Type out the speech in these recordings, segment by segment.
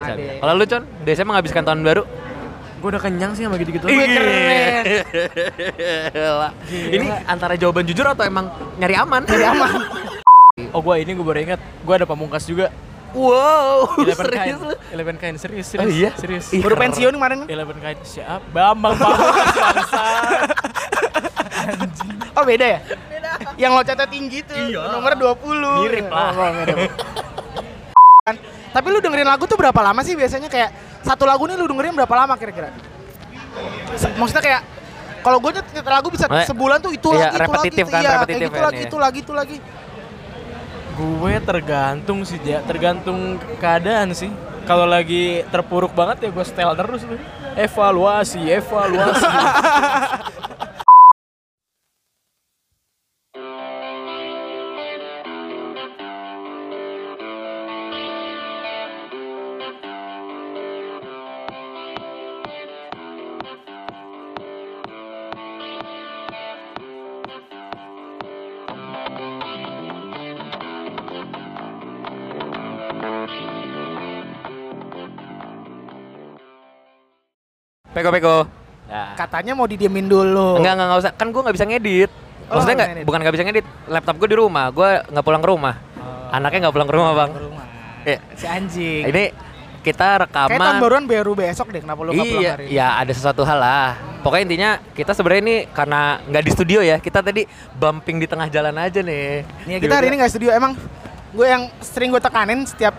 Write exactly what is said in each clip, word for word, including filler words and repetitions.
Bisa. Kalau lu Con, biasanya menghabiskan tahun baru? Gue udah kenyang sih sama gitu-gitu. Wih, keren. Ini antara jawaban jujur atau emang nyari aman? Nyari aman. Oh gue ini gue baru ingat, gue ada pamungkas juga. Wow, Eleven serius kain, lu? Eleven kain serius, Oh serius, iya? serius. Ih, Baru keren. pensiun kemarin. Eleven kain siap, Bambang Pamungkas bangsa. Oh beda ya? Beda. Yang loncatnya tinggi tuh, Iya. nomor dua puluh. Mirip lah. Oh, mirip. Tapi lu dengerin lagu tuh berapa lama sih biasanya? Kayak satu lagu nih lu dengerin berapa lama kira-kira? Se- Maksudnya kayak kalau gue nyetir lagu bisa Maksudnya, sebulan tuh itu iya, lagi, itu repetitif lagi, kan, iya, repetitif kayak gitu kan, lagi, iya. itu lagi, itu lagi. Gue tergantung sih, Ja. Tergantung keadaan sih. Kalau lagi terpuruk banget ya gue setel terus tuh. Evaluasi, evaluasi. Peko Peko. Nah. Katanya mau didiemin dulu. Enggak, enggak, enggak usah. Kan gue nggak bisa ngedit. Oh, Maksudnya nggak, ngedit. bukan nggak bisa ngedit. Laptop gue di rumah, gue nggak pulang ke rumah. Oh. Anaknya nggak pulang ke rumah bang. Ke rumah. Iya. Si anjing. Ini kita Kayak tahun rekaman. baruan baru besok deh, kenapa lu nggak pulang Iya, hari ini? ya ada sesuatu hal lah. Pokoknya intinya kita sebenarnya ini karena nggak di studio ya. Kita tadi bumping di tengah jalan aja nih. Nih kita hari ini nggak studio, emang gue yang sering gue tekanin setiap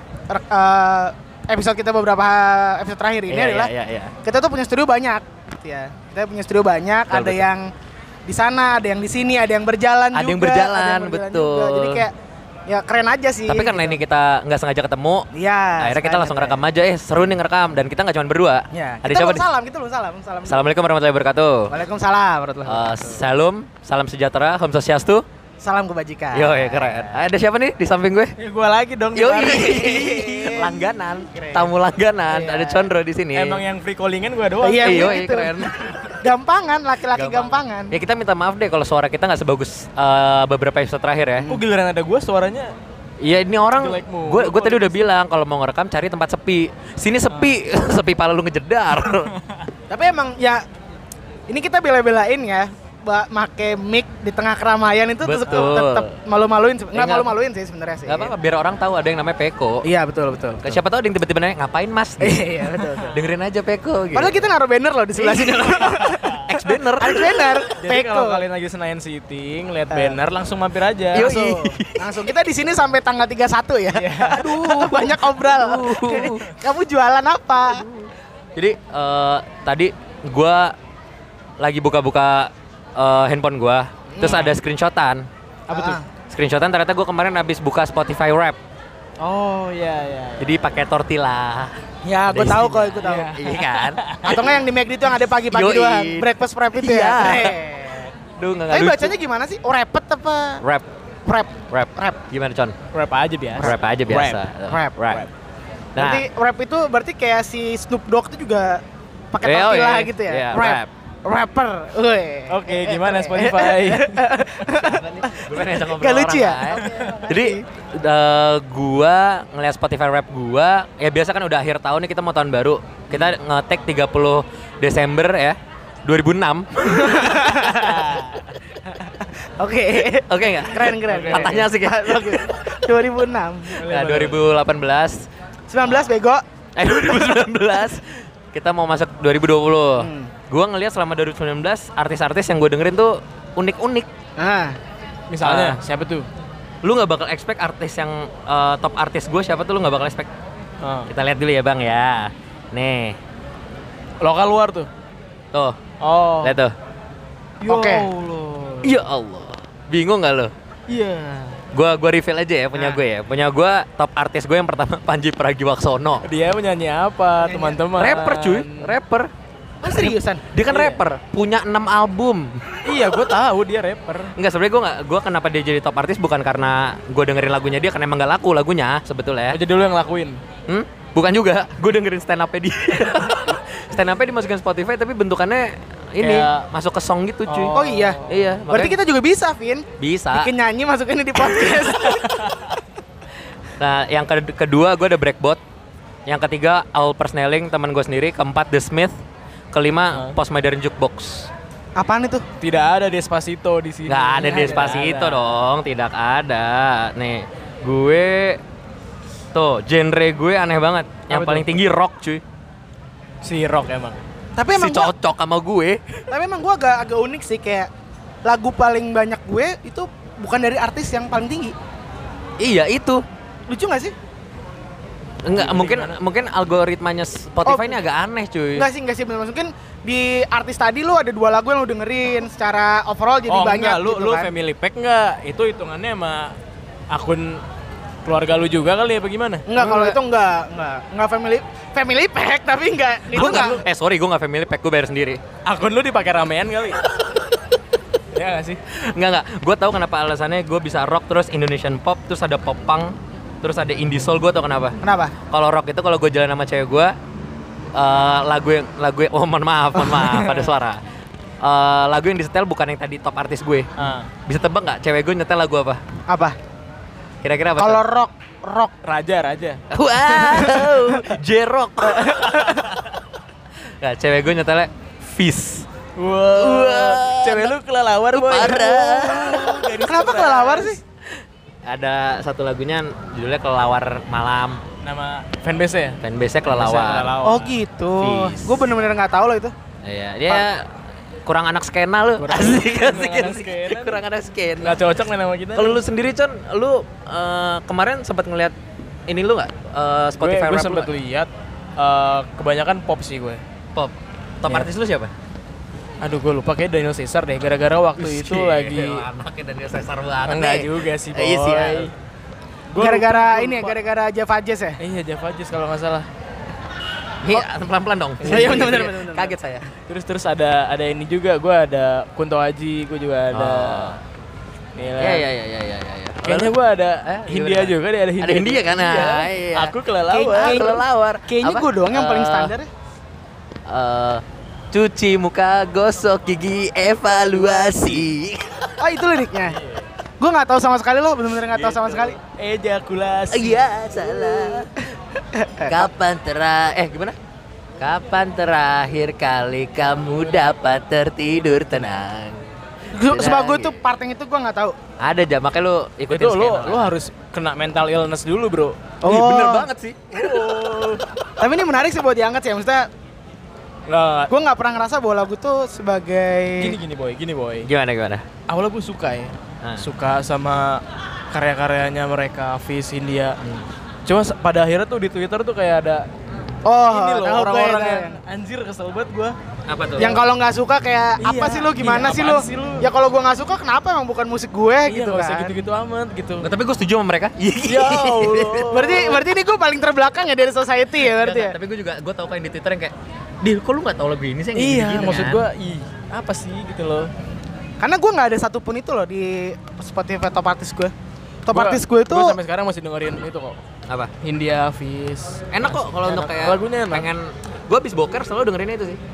eh, episode kita beberapa episode terakhir ini Iya, adalah iya, iya, iya. kita tuh punya studio banyak, gitu ya. Kita punya studio banyak, Betul, ada betul. yang di sana, ada yang di sini, ada yang berjalan Ada juga, yang berjalan, ada yang berjalan betul. juga. Jadi kayak ya keren aja sih. Tapi karena gitu. ini kita nggak sengaja ketemu, Iya. akhirnya kita sengaja langsung kayak. ngerekam aja. Eh seru nih ngerekam dan kita nggak cuma berdua. Ya, Ada kita siapa belum nih? salam, kita belum salam, salam. Assalamualaikum warahmatullahi wabarakatuh. Waalaikumsalam warahmatullahi Eh, wabarakatuh. salam, salam sejahtera, Om Swastiastu. Salam kebajikan. Yo, ya keren. Ada siapa nih di samping gue? Ya gue lagi dong. Yo, ditarik. langganan, Keren. tamu langganan. Iya. Ada Condro di sini. Emang yang free callingan gue doang. Iya, Iyo, gitu. keren. Gampangan, laki-laki gampangan. Ya kita minta maaf deh kalau suara kita nggak sebagus eh, beberapa episode terakhir ya. Kok giliran ada gue suaranya? Iya ini orang, Jelekmu. gue gue tadi udah bilang kalau mau ngerekam cari tempat sepi. Sini sepi, sepi pala lu ngejedar. Tapi emang ya ini kita bela-belain ya, ba- make mic di tengah keramaian itu tetap Betul. tetap malu-maluin, se- Eh, nggak nggak- malu-maluin sih sebenarnya sih. Gak apa-apa, biar orang tahu ada yang namanya Peko. Iya betul betul. betul. Siapa tahu ada yang tiba-tiba nanya ngapain mas? Iya betul. betul. Dengerin aja Peko. Gitu. Padahal kita naruh banner loh di sebelah sini loh. Ex banner. Ada banner, Jadi Peko. kalau kalian lagi Senayan Sitting, lihat banner langsung mampir aja. Yoi. Langsung, langsung kita di sini sampai tanggal tiga puluh satu ya. Aduh, banyak obral. Kamu jualan apa? Jadi eh, tadi gue lagi buka-buka eh, handphone gue, terus ada screenshotan. Apa tuh? Ah. Screenshotan ternyata gue kemarin habis buka Spotify Rap. Oh iya iya. Jadi pakai tortilla. Ya, gue Ada tahu isinya. kok, gue tahu. Iya. Iya kan? Atau nggak yang di McD itu yang ada pagi-pagi Yoi. doang, breakfast wrap itu ya. Iya. Keren. Duh, nggak Tapi lucu. bacanya gimana sih? Oh, repet apa? Rap, Rap. rap, Rap. Gimana Con? Rap aja biasa. Rap aja biasa. Rap. Rap. Rap. Nah, Berarti rap itu berarti kayak si Snoop Dogg itu juga pakai Eh, oh, tortilla iya. gitu ya. Iya, rap. rap. Rapper. Woi. Oke, gimana Spotify? gue pengen ngajak ngobrol Gak lucu orang ya? lain. Jadi eh, gua ngeliat Spotify Rap gua, ya biasa kan udah akhir tahun nih kita mau tahun baru. Kita nge-tag tiga puluh Desember ya. dua ribu enam. Oke. Oke enggak? Keren keren. Patahnya asik ya. Bagus. dua ribu enam. Nah, dua ribu delapan belas sembilan belas bego. eh dua ribu sembilan belas kita mau masuk dua ribu dua puluh. Hmm. Gua ngeliat selama dua ribu sembilan belas artis-artis yang gue dengerin tuh unik-unik. Nah, Misalnya Ah. siapa tuh? Lu nggak bakal expect artis yang eh, top artis gue siapa tuh lu nggak bakal expect. Oh. Kita lihat dulu ya bang ya. Nih, Lokal luar tuh. tuh, Oh. lihat tuh. Ya Oke. Allah. Ya Allah, bingung nggak lo? Iya. Gua gua reveal aja ya punya Nah. gue ya. Punya gue top artis gue yang pertama Panji Pragiwaksono. Dia menyanyi apa, Nyanyi. teman-teman? Rapper cuy, rapper. oh seriusan? Dia kan Iya. rapper, punya enam album. Iya, gue tahu dia rapper. Enggak, sebenarnya gue nggak, gue kenapa dia jadi top artis bukan karena gue dengerin lagunya dia, karena emang gak laku lagunya sebetulnya. Oh, jadi lu yang ngelakuin. Hmm? Bukan juga, gue dengerin stand up-nya dia. Stand up-nya dimasukin Spotify tapi bentukannya ini Kayak- masuk ke song gitu cuy. Oh iya. Iya, Berarti makanya kita juga bisa, Vin. bisa. Bikin nyanyi masukin di podcast. Nah, yang ke- kedua gue ada Breakbot Yang ketiga All Persneling, teman gue sendiri. Keempat The Smith. Kelima Hah? Postmodern Jukebox. Apaan itu? Tidak ada Despacito di sini. Nggak ada Tidak Despacito ada. dong, tidak ada. Nih, gue tuh genre gue aneh banget. Yang Apa paling tuh? tinggi rock cuy. Si rock emang. Tapi emang Si gua, cocok sama gue. tapi emang gua agak agak unik sih kayak lagu paling banyak gue itu bukan dari artis yang paling tinggi. Iya itu. Lucu gak sih? Enggak, mungkin mungkin algoritmanya Spotify Oh. ini agak aneh cuy. Enggak sih, enggak sih bener. Mungkin di artis tadi lu ada dua lagu yang lu dengerin secara overall jadi Oh banyak enggak, lu gitu lu kan. family pack enggak? Itu hitungannya sama akun keluarga lu juga kali ya bagaimana? Enggak, kalau itu enggak, enggak. Enggak family family pack tapi enggak itu Gua enggak. nggak- eh sorry, gue nggak family pack, gue bayar sendiri. Akun lu dipakai ramean kali. Ya nggak sih? Enggak enggak, gue tahu kenapa alasannya gue bisa rock terus Indonesian pop terus ada pop punk terus ada indie soul. Gue tau kenapa. Kenapa? Kalau rock itu kalau gue jalan sama cewek gue, eh, lagu yang lagu yang, oh mohon maaf mohon maaf ada suara. Eh, lagu yang disetel bukan yang tadi top artis gue. Ah. Bisa tebak nggak cewek gue nyetel lagu apa? Apa? Kira-kira apa? Kalau Ton? rock, rock Raja, raja. Wow, J-Rock. Nggak, cewek gue nyetelnya Fizz. Wow. Wah. Cewek lu kelelawar boy. Parah. Kenapa kelelawar sih? Ada satu lagunya judulnya Kelelawar Malam. Nama fanbase ya? Fanbase-nya Kelelawar. Oh gitu. Fizz. Gue bener-bener nggak tahu loh itu. Iya, dia kurang anak skena lu. Kurang- Asik, kurang asik, anak asik. skena. Kurang anak skena. Nggak cocok nih nama kita. Kalau lu sendiri Con, lu eh, kemarin sempat ngeliat ini lu nggak? Eh, Spotify gue rap lu sempet nggak? lihat eh, kebanyakan pop sih gue. Pop. Top Iya. artis lu siapa? Aduh gue lupa kayak Daniel Caesar deh. Gara-gara waktu itu lagi anaknya Daniel Caesar banget. enggak nih. juga sih boy. Iya sih, ya. Gua Gara-gara lupa- ini ya, lupa. gara-gara Java Jazz ya? Iya Java Jazz kalau nggak salah. Iya, pelan-pelan dong. Iya, bener, bener, bener, bener. Kaget saya. Terus terus ada ada ini juga. Gue ada Kunto Aji. Gue juga ada. Oh. Nih, Iya, iya, iya, iya, iya, iya. Kayaknya gue ada Eh, Hindia gimana? juga deh, ada Hindia. Ada Hindia kan? Iya. Ah, iya. Aku kelelawar. Kayaknya- Kelelawar. Kayaknya Apa? gue doang yang paling Eh, standar ya. eh, cuci muka, gosok gigi, evaluasi. Oh itu liriknya. Gue nggak tahu sama sekali loh, bener-bener nggak tahu sama sekali. Ejakulasi. Iya, salah. Kapan terakhir eh gimana? Kapan terakhir kali kamu dapat tertidur tenang? Gua- Sebab gue tuh part yang itu gue nggak tahu. Ada aja, makanya lu ikutin Itu lu skena lu lah. harus kena mental illness dulu, Bro. Ih, bener banget sih. Tapi ini menarik sih buat diangkat sih. Maksudnya Nggak, gue nggak pernah ngerasa bahwa lagu tuh sebagai gini gini boy, gini boy. Gimana gimana? Awalnya gue suka ya, Ah. suka sama karya-karyanya mereka, Fizz, Hindia. Hmm. Cuma se- pada akhirnya tuh di Twitter tuh kayak ada oh ini loh tahu gue orang-orang itu. yang anjir kesel banget gue. Apa tuh? Yang kalau nggak suka kayak Iya, apa sih lu gimana iya, sih, lu? apaan sih lu? Ya kalau gue nggak suka kenapa emang bukan musik gue Iya gitu nggak usah kan? gitu-gitu amat gitu. Nggak, tapi gue setuju sama mereka. Ya Allah. Berarti berarti ini gue paling terbelakang ya dari society ya berarti ya. Tapi gue juga gue tau kan di Twitter yang kayak, "Dil, kok lu nggak tahu lagu ini sih?" yang Iya, gini-gini maksud kan?" gue, ih apa sih gitu loh. Karena gue nggak ada satupun itu loh di Spotify top artis gue. Top Gua- artis gue itu gua sampai sekarang masih dengerin itu kok. Apa? Hindia, Fizz. Enak kok kalau untuk Enak. kayak Lagunya enak. pengen gue habis boker selalu dengerin itu sih.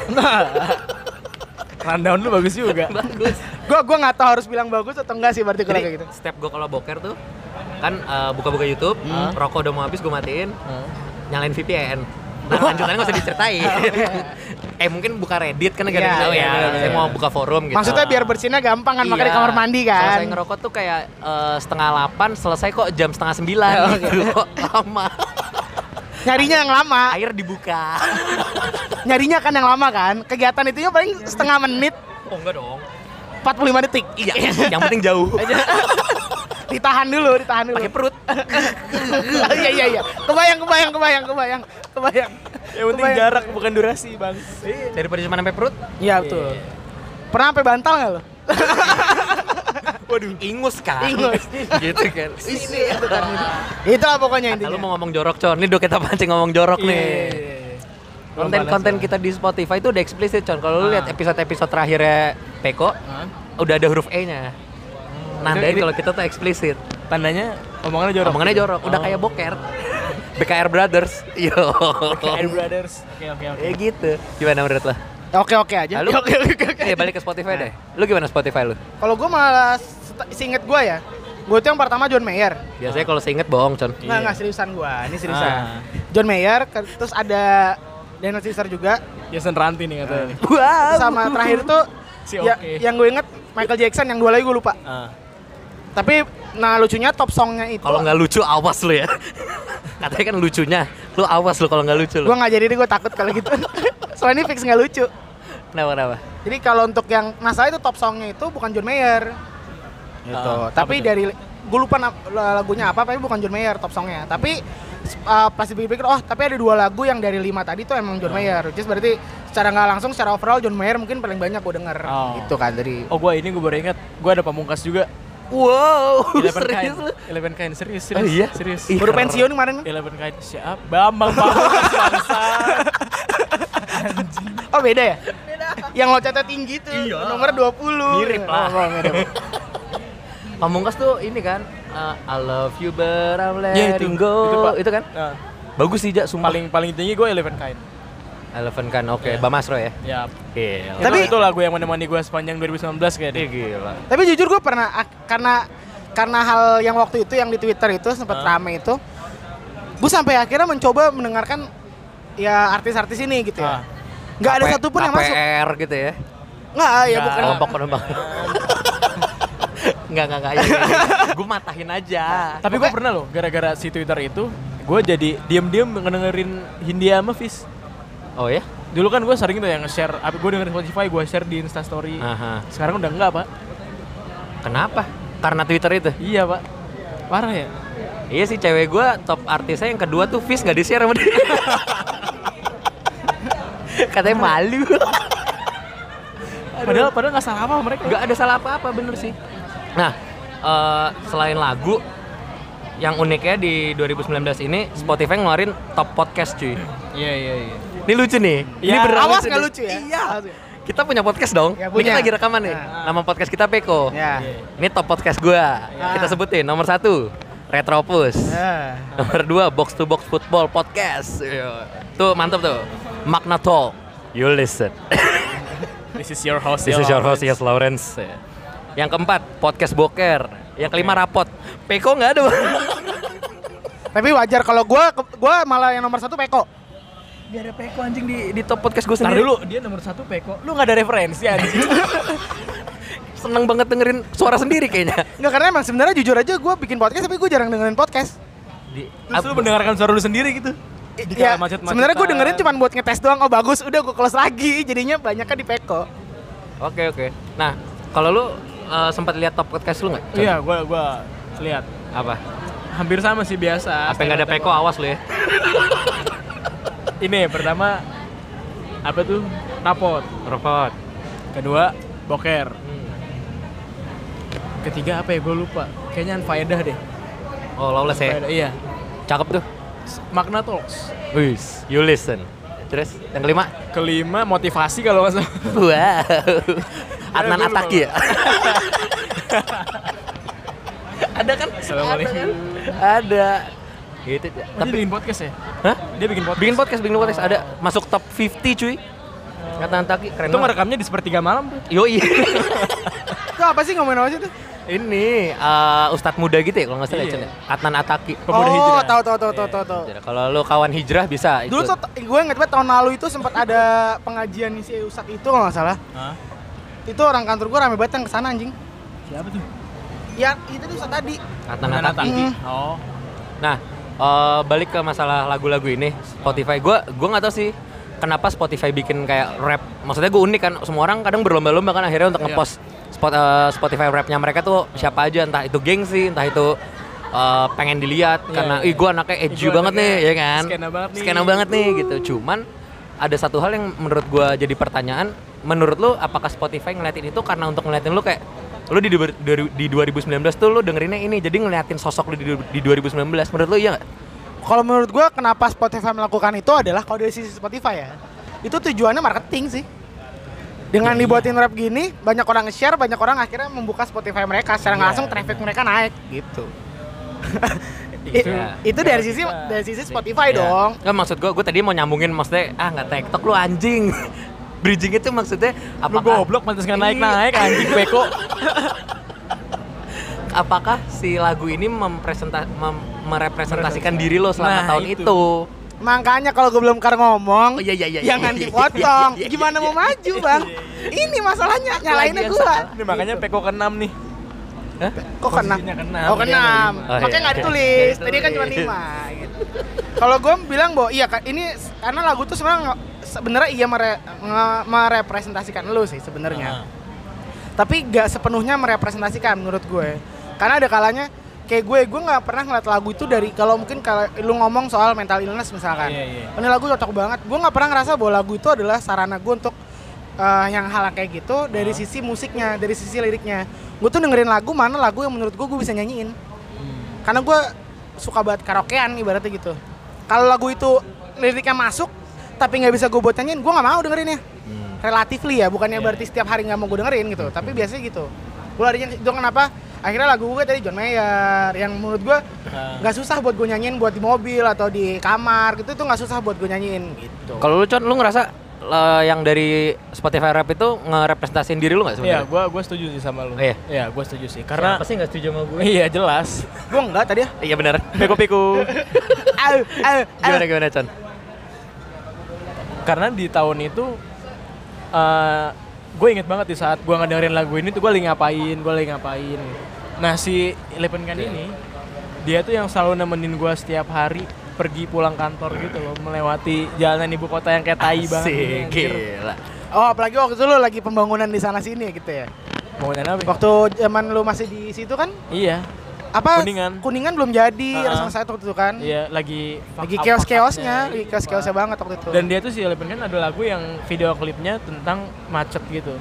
Rundown lu bagus juga. Bagus. gue gue nggak tahu harus bilang bagus atau enggak sih berarti kalau Jadi kayak gitu. step gue kalau boker tuh kan eh, buka-buka YouTube, Hmm. rokok udah mau habis gue matiin, Hmm. nyalain V P N. Nah lanjutannya nggak usah diceritain. eh mungkin buka Reddit kan gak ada Iya, yang tahu iya, ya. iya, Saya iya. mau buka forum gitu. Maksudnya biar bersihnya gampang kan, makanya di Iya. kamar mandi kan. Selesai ngerokok tuh kayak eh, setengah delapan, selesai kok jam setengah sembilan Oh, gitu. Kok lama. Nyarinya yang lama, Air dibuka. nyarinya kan yang lama kan. Kegiatan itunya paling setengah menit, Oh enggak dong. empat puluh lima detik. Iya, yang penting jauh. Ditahan dulu, ditahan dulu. Pakai perut. Oh, iya iya iya. Kebayang kebayang kebayang kebayang kebayang. Yang penting Kebayang. jarak bukan durasi, Bang. Daripada cuma sampai perut. Iya betul. Pernah sampai bantal nggak lo? Waduh, ingus kan. Ingus. gitu kan. Ini itu kan. Itulah pokoknya Kata lu intinya. mau ngomong jorok, Con. Ini udah kita pancing ngomong jorok Iya, nih. iya, iya. Konten-konten Belum kita di Spotify itu udah eksplisit, Con. Kalau lu Ah. lihat episode-episode terakhirnya Peko, Hah? udah ada huruf E-nya. Nandain Ini- kalau kita tuh eksplisit. Tandanya omongannya jorok. Omongannya jorok, udah Oh. kayak boker. B K R Brothers. Yo. Air Brothers. Oke oke oke. Ya gitu. Gimana menurut lo? Oke-oke aja. Lalu- Oke oke oke. Eh balik ke Spotify deh. Lu gimana Spotify lu? Kalau gue malah set- seinget gue ya, Gue tuh yang pertama John Mayer. Biasanya kalau seinget bohong, Con. Nggak, nggak seriusan gue, ini seriusan. Ah. John Mayer, ke- terus ada Daniel Caesar juga. Jason Ranti nih katanya nih. Wow. Sama terakhir tuh Si ya, Oke. yang gue inget Michael Jackson, yang dua lagi gue lupa. Ah. Tapi nah lucunya top songnya itu. Kalau nggak lucu awas lu ya. Katanya kan lucunya. Lu awas lu kalau nggak lucu lu. Gue nggak jadi deh, gue takut kalau gitu. Soalnya ini fix nggak lucu. Kenapa kenapa? Jadi kalau untuk yang masalah itu top songnya itu bukan John Mayer. Gitu. Ah, Tapi apa tuh? dari gue lupa na- lagunya apa, tapi bukan John Mayer top songnya. Tapi uh, pas dipikir, oh tapi ada dua lagu yang dari lima tadi tuh emang John Mayer. Which is berarti secara nggak langsung, secara overall John Mayer mungkin paling banyak gue denger. Oh. Gitu kan dari. Oh gue ini gue baru ingat, gue ada Pamungkas juga. Wow, Eleven serius Kind. lu? Eleven Kind serius, Oh serius. iya? Serius. Ih, Baru pensiun kemarin kan? Eleven Kind siap? Bambang Pamungkas bangsa. Oh beda ya? Beda. Yang loncatnya tinggi tuh, Iya. nomor dua puluh. Mirip lah. Oh, mirip. Pamungkas tuh ini kan uh, I love you but I'm Ya, letting go. itu, Pak. Itu kan? Nah, Bagus sih, Jak, sumpah. paling paling tinggi gue Eleven Kind. Eleven kan, oke. Iya. Bamasro ya? Ya. Gila. Tapi- itu, itu lagu yang menemani gue sepanjang dua ribu sembilan belas kayak Ih, deh. gila. Tapi jujur gue pernah ak- karena karena hal yang waktu itu yang di Twitter itu sempat Hah? rame itu, gue sampai akhirnya mencoba mendengarkan ya artis-artis ini gitu ya. Ah. Nggak ada K P- satupun yang masuk. K P R gitu ya? Nggak, ya Nggak. bukan. Kelompok penumpang. Enggak, enggak, enggak. Ya, gue matahin aja. Tapi gue pernah loh, gara-gara si Twitter itu, gue jadi diem-diem ngedengerin Hindia sama Fis. Oh ya? Dulu kan gue sering tuh yang nge-share, gue dengerin Spotify, gue share di Instastory. Aha. Sekarang udah enggak, Pak. Kenapa? Karena Twitter itu? Iya, Pak. Parah ya? Iya sih, cewek gue top artisnya yang kedua tuh Fis nggak di-share sama dia. Katanya malu. Padahal padahal nggak salah apa mereka. Nggak ada salah apa-apa, bener sih. Nah, eh, selain lagu, yang uniknya di dua ribu sembilan belas ini Spotify ngeluarin top podcast cuy. Iya, iya, iya. Ini lucu nih. Ini Ya, beneran awas lucu nggak nih. lucu ya? Iya. Awas ya. Kita punya podcast dong. Ya, Ini kita punya. lagi rekaman nih. Nah. Nama podcast kita Peko. Ya. Ini top podcast gua. Kita sebutin nomor satu Retropus. Ya. Nomor dua Box to Box Football Podcast. Iya. Tuh mantap tuh. Magna Talk. You listen. This is your host. This is your host Yes Lawrence. Yang keempat Podcast Boker. Yang kelima Rapot. Peko nggak ada. Tapi wajar kalau gue gue malah yang nomor satu Peko. Gak ada Peko anjing di di top podcast gue Ntar sendiri. dulu, dia nomor satu Peko. Lu nggak ada referensi anjing. Seneng banget dengerin suara sendiri kayaknya. Nggak, karena emang sebenarnya jujur aja gue bikin podcast tapi gue jarang dengerin podcast. Di, Terus lu mendengarkan suara lu sendiri gitu. Di Ya, kala macet-macetan. sebenarnya gue dengerin cuma buat ngetes doang. Oh bagus, udah gue close lagi. Jadinya banyak kan di Peko. Oke oke. Nah, kalau lu uh, sempat lihat top podcast lu nggak? Iya, gua gua lihat. Apa? Hampir sama sih biasa. Apa nggak ada Peko, awas lu ya. Ini pertama apa tuh? Rapot. Robot. Kedua Boker. Ketiga apa ya? Gue lupa. Kayaknya Anfaedah deh. Oh, lawless ya. Anfaedah, iya. Cakep tuh. Magna Talks. Wis, you listen. Terus yang kelima? Kelima motivasi kalau nggak salah. Wow. Adnan gua lupa, Ataki ya. Ada kan? Assalamualaikum. Ada. Kan? Ada. Gitu. Oh, dia Tapi bikin podcast ya? hah? Dia bikin podcast. Bikin podcast, bikin podcast ada masuk top lima puluh cuy. Adnan Ataki keren Itu banget. ngerekamnya di sepertiga malam tuh. Yoi. Itu apa sih, ngomongin apa sih tuh? Ini uh, Ustadz muda gitu ya kalau nggak salah Iya. Cen, ya? Adnan Ataki. Pemuda oh, hijrah. tahu tahu tahu tahu tahu tahu. Kalau lu kawan hijrah bisa ikut. Dulu tuh gue inget banget tahun lalu itu sempat ada pengajian si Ustadz itu kalau nggak salah. Hah? Itu orang kantor gue rame banget yang kesana anjing. Siapa tuh? Ya itu tuh Ustadz tadi. Adnan Adnan Ataki. Ataki. Mm. Oh. Nah, eh, balik ke masalah lagu-lagu ini, Spotify. Gue gue nggak tahu sih kenapa Spotify bikin kayak rap. Maksudnya gue unik kan. Semua orang kadang berlomba-lomba kan akhirnya untuk Iya. ngepost spot, eh, Spotify rapnya mereka tuh siapa aja. Entah itu gengsi, entah itu eh, pengen dilihat Iya, karena iya. ih gue anaknya edgy Ih, gua banget nih, anaknya ya kan? skena banget nih. Skena banget nih gitu. Cuman ada satu hal yang menurut gue jadi pertanyaan. Menurut lu apakah Spotify ngeliatin itu karena untuk ngeliatin lu kayak lu di, dua- di dua ribu sembilan belas tuh lu dengerinnya ini, jadi ngeliatin sosok lu di, di dua ribu sembilan belas. Menurut lu iya nggak? Kalau menurut gue kenapa Spotify melakukan itu adalah kalau dari sisi Spotify ya, itu tujuannya marketing sih. Dengan dibuatin rap gini, banyak orang nge-share, banyak orang akhirnya membuka Spotify mereka, secara nggak Iya, langsung traffic mereka naik gitu. Itu- I- itu dari sisi dari sisi Spotify dong. Nggak, maksud gue, gue tadi mau nyambungin maksudnya ah nggak TikTok lu anjing. Bridging itu maksudnya Lu apakah goblok pantas nggak naik-naik anjing Peko. apakah si lagu ini mempresenta mem- merepresentasikan diri lo selama Nah, tahun itu. itu? Makanya kalau gue belum kar ngomong, Oh, iya, iya, iya, jangan iya, iya, dipotong. iya, iya, iya, Gimana iya, mau iya, maju bang? Ini masalahnya nyalainnya yang gue. salah. Ini makanya Peko keenam nih. Hah? Kok keenam? Posisinya keenam, Oh dia keenam. Oh, iya. Makanya nggak ditulis. Tadi kan cuma lima. Gitu. Kalau gue bilang bahwa iya kan ini karena lagu tuh sebenarnya nggak- sebenarnya iya mere, nge- merepresentasikan lu sih sebenarnya. Ah. Tapi gak sepenuhnya merepresentasikan menurut gue. Karena ada kalanya kayak gue, gue nggak pernah ngeliat lagu itu dari kalau mungkin kalau lu ngomong soal mental illness misalkan, Iya, iya. ini lagu cocok banget. Gue nggak pernah ngerasa bahwa lagu itu adalah sarana gue untuk eh, yang hal kayak gitu dari sisi musiknya, dari sisi liriknya. Gue tuh dengerin lagu mana lagu yang menurut gue gue bisa nyanyiin. Karena gue suka banget karaokean ibaratnya gitu. Kalau lagu itu liriknya masuk tapi nggak bisa gue buat nyanyiin, gue nggak mau dengerinnya. Relatively ya, bukannya Iya. berarti setiap hari nggak mau gue dengerin gitu. Tapi biasanya gitu. Gue larinya itu kenapa? Akhirnya lagu gue tadi John Mayer yang menurut gue Ah. nggak susah buat gue nyanyiin buat di mobil atau di kamar gitu, itu nggak susah buat gue nyanyiin gitu. Kalau lu Con, lu ngerasa eh, yang dari Spotify Rap itu ngerepresentasiin diri lu nggak Iya, sebenarnya? gua gua setuju sih sama lu. Iya? Iya, gua setuju sih. Karena Siapa sih nggak setuju sama gue? iya jelas. Gue enggak tadi ya. Iya benar. Peko-peko. Au, au, au. Gimana gimana Con? Karena di tahun itu eh gue inget banget di saat gue ngedengerin lagu ini tuh gue lagi ngapain, gue lagi ngapain. Nah si Eleven Kan ini dia tuh yang selalu nemenin gue setiap hari pergi pulang kantor gitu loh, melewati jalanan ibu kota yang kayak tai banget. Asik, ini, anjir. gila. Oh, apalagi waktu itu lu lagi pembangunan di sana sini ya gitu ya. Bangunan apa? Waktu zaman lu masih di situ kan Iya, apa Kuningan. Kuningan belum jadi, Ah. langsung saya waktu itu kan. iya lagi fuck Lagi up, chaos-chaosnya, fuck upnya. lagi chaos-chaosnya banget waktu itu. Dan dia tuh si Eleven Kan ada lagu yang video klipnya tentang macet gitu.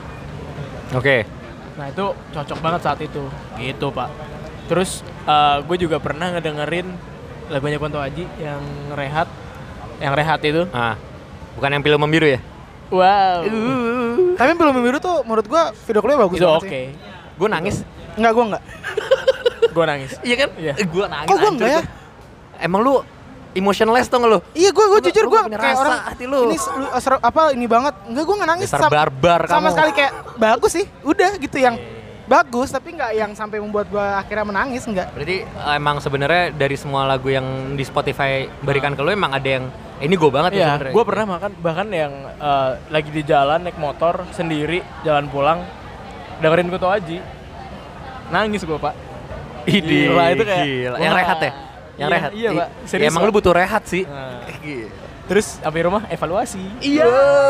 Oke. Nah itu cocok banget saat itu, gitu pak. Terus eh, gue juga pernah ngedengerin lagunya Kunto Aji yang Rehat, yang Rehat itu. Ah, bukan yang film membiru ya? Wow. Tapi belum biru tuh menurut gua video klipnya bagus Itu banget oke. sih. Gue nangis. Enggak, gua enggak. Gue nangis. Iya kan? Iya. Gue nangis. Kok gua hancur enggak ya? gua. Emang lu emotionless tuh nggak lu? Iya, gua gua Lu- jujur lu gua punya kayak rasa orang hati lu. ini s- lu, ser- apa ini banget. Enggak, gua enggak nangis Dasar sama, barbar sama kamu. sekali kayak bagus sih. Udah gitu yang bagus tapi enggak yang sampai membuat gua akhirnya menangis enggak. Berarti eh, emang sebenarnya dari semua lagu yang di Spotify berikan ke lu emang ada yang eh, ini gue banget ya Iya, sebenarnya. gue pernah makan bahkan yang eh, lagi di jalan naik motor sendiri jalan pulang dengerin Kunto Aji, nangis gue pak. Idi, Gila, itu kayak, gila. wah. Yang rehat ya? Yang Iya, rehat? iya, Pak. Ya, Serius, emang Pak. lu butuh rehat sih. Nah. Eh, gila. Terus sampai rumah evaluasi. Iya.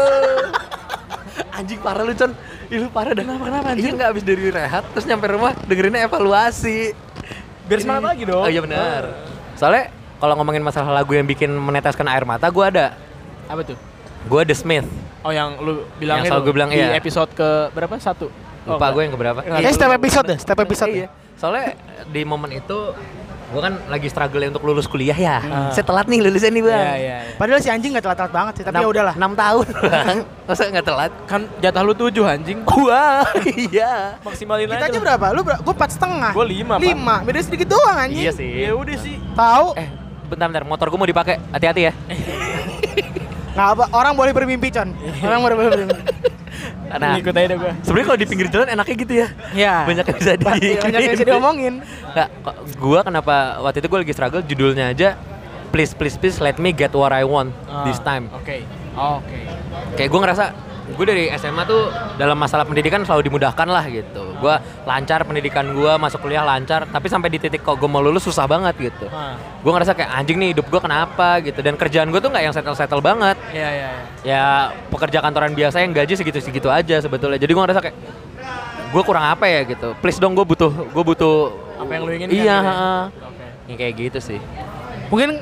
Anjing parah lu, Con. Ih, lu parah dah. Kenapa, kenapa, Iya anjing? nggak habis dari rehat terus nyampe rumah dengerinnya evaluasi. Biar semangat lagi dong. Oh iya benar. Soalnya kalau ngomongin masalah lagu yang bikin meneteskan air mata, gue ada. Apa tuh? Gue The Smith. Oh yang lu bilang Yang selalu gue bilang, di iya. episode ke berapa? Satu. Lupa gue yang keberapa. Nggak Kayak tahu. setiap episode deh, setiap episode. Iya. Soalnya di momen itu gue kan lagi struggle untuk lulus kuliah ya. Hmm. Saya telat nih lulusnya nih, Bang. Iya, iya, iya. Padahal si anjing enggak telat-telat banget sih, tapi ya udahlah. enam tahun, Bang. Masa nggak telat? Kan jatah lu tujuh anjing. Wah, iya. Maksimalin Kita aja. aja berapa? Lu ber- gua empat setengah. Gua lima, Pak. Lima, beda sedikit doang anjing. Iya sih. Ya udah sih. Tahu? Eh, bentar bentar, motor gue mau dipakai. Hati-hati ya. Nggak apa, orang boleh bermimpi, Con. Orang boleh bermimpi. Nah, Ngikut aja dah gua. sebenarnya kalau di pinggir jalan enaknya gitu ya. Iya. Banyak yang bisa di Banyak yang bisa diomongin. Nggak, kok gua kenapa waktu itu gue lagi struggle judulnya aja please please please let me get what I want Ah, this time. Oke. Oke. Kayak gue ngerasa gue dari S M A tuh dalam masalah pendidikan selalu dimudahkan lah gitu. Gue lancar pendidikan gue, masuk kuliah lancar, tapi sampai di titik kok gue mau lulus susah banget gitu. Ah. Gue ngerasa kayak anjing nih hidup gue kenapa gitu, dan kerjaan gue tuh nggak yang settle settle banget. Iya, iya, iya. Ya pekerja kantoran biasa yang gaji segitu-segitu aja sebetulnya. Jadi gue ngerasa kayak gue kurang apa ya gitu. Please dong, gue butuh gue butuh Apa yang lu inginkan Iya, gitu ya? heeh. Oke. Yang kayak gitu sih. Mungkin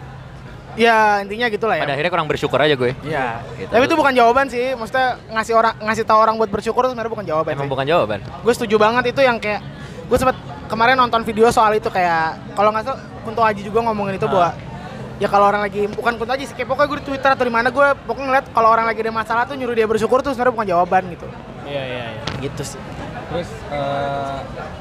ya intinya gitulah ya. Pada akhirnya kurang bersyukur aja gue. Iya. Gitu. Tapi itu bukan jawaban sih. Maksudnya ngasih orang ngasih tahu orang buat bersyukur itu sebenarnya bukan jawaban Emang sih. bukan jawaban. Gue setuju banget itu yang kayak gue sempet kemarin nonton video soal itu kayak kalau nggak salah Kunto Aji juga ngomongin itu bahwa ya kalau orang lagi bukan Kunto Aji sih kayak pokoknya gue di Twitter atau di mana gue pokoknya ngeliat kalau orang lagi ada masalah tuh nyuruh dia bersyukur tuh sebenarnya bukan jawaban gitu. Iya, iya, iya. Gitu sih. Terus uh,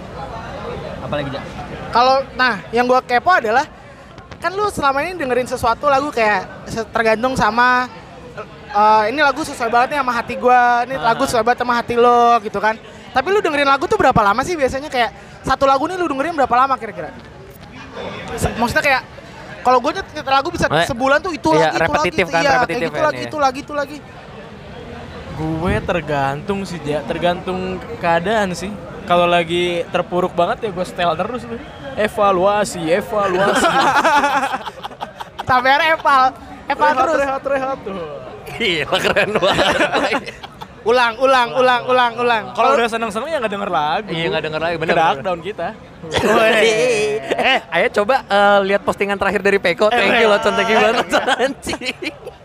apa lagi, Jak? Kalau nah yang gue kepo adalah kan lu selama ini dengerin sesuatu lagu kayak se- tergantung sama eh, ini lagu sesuai banget nih sama hati gue, ini Ah. lagu sesuai banget sama hati lo gitu kan. Tapi lu dengerin lagu tuh berapa lama sih biasanya kayak satu lagu nih lu dengerin berapa lama kira-kira? Se- Maksudnya kayak kalau gue nyetel lagu bisa Eh, sebulan tuh itu iya, lagi, itu lagi, repetitif kan, iya, kayak repetitif gitu kan, lagi, iya. itu lagi, itu lagi. Gue tergantung sih, Ja. Tergantung keadaan sih. Kalau lagi terpuruk banget ya gue setel terus tuh. Evaluasi, evaluasi. Sampai akhirnya Eval, Eval rehat, terus. rehat, rehat tuh. Gila keren banget. Ulang, ulang, ulang, ulang, ulang. Kalau udah seneng-seneng ya nggak denger lagu. Iya nggak denger lagi, bener. Kedak bener. down kita. eh, ayo coba eh, lihat postingan terakhir dari Peko. Thank you loh, Con. Thank you banget, Con. Anjing.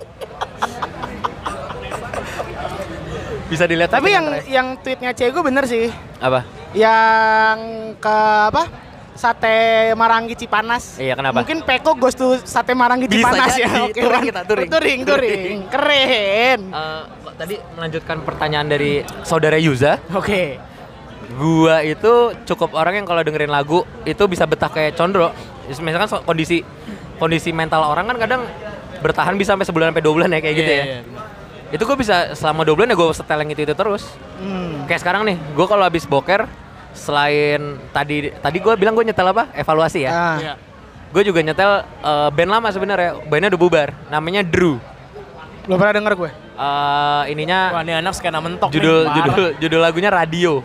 Bisa dilihat. Tapi postingan yang terakhir. yang tweetnya Cego bener sih. apa? Yang ke apa? Sate Marangi Cipanas. Iya, kenapa? Mungkin Peko goes to Sate Marangi Bisa Cipanas jadi. ya. Oke, Touring Wan. kita, touring. touring, touring. Keren. Eh, tadi melanjutkan pertanyaan dari saudara Yuza. Oke. Gua itu cukup orang yang kalau dengerin lagu itu bisa betah kayak Condro. Misalkan so- kondisi kondisi mental orang kan kadang bertahan bisa sampai sebulan sampai dua bulan ya kayak gitu ya. Itu gue bisa selama dua bulan ya gue setel yang itu itu terus. Hmm. Kayak sekarang nih, gue kalau habis boker selain tadi tadi gue bilang gue nyetel apa? Evaluasi ya. Ah. Iya. Gue juga nyetel eh, band lama sebenarnya. Bandnya udah bubar. Namanya Drew. Belum pernah denger gue. Eh, ininya Wah, ini anak skena mentok judul nih, judul judul lagunya Radio.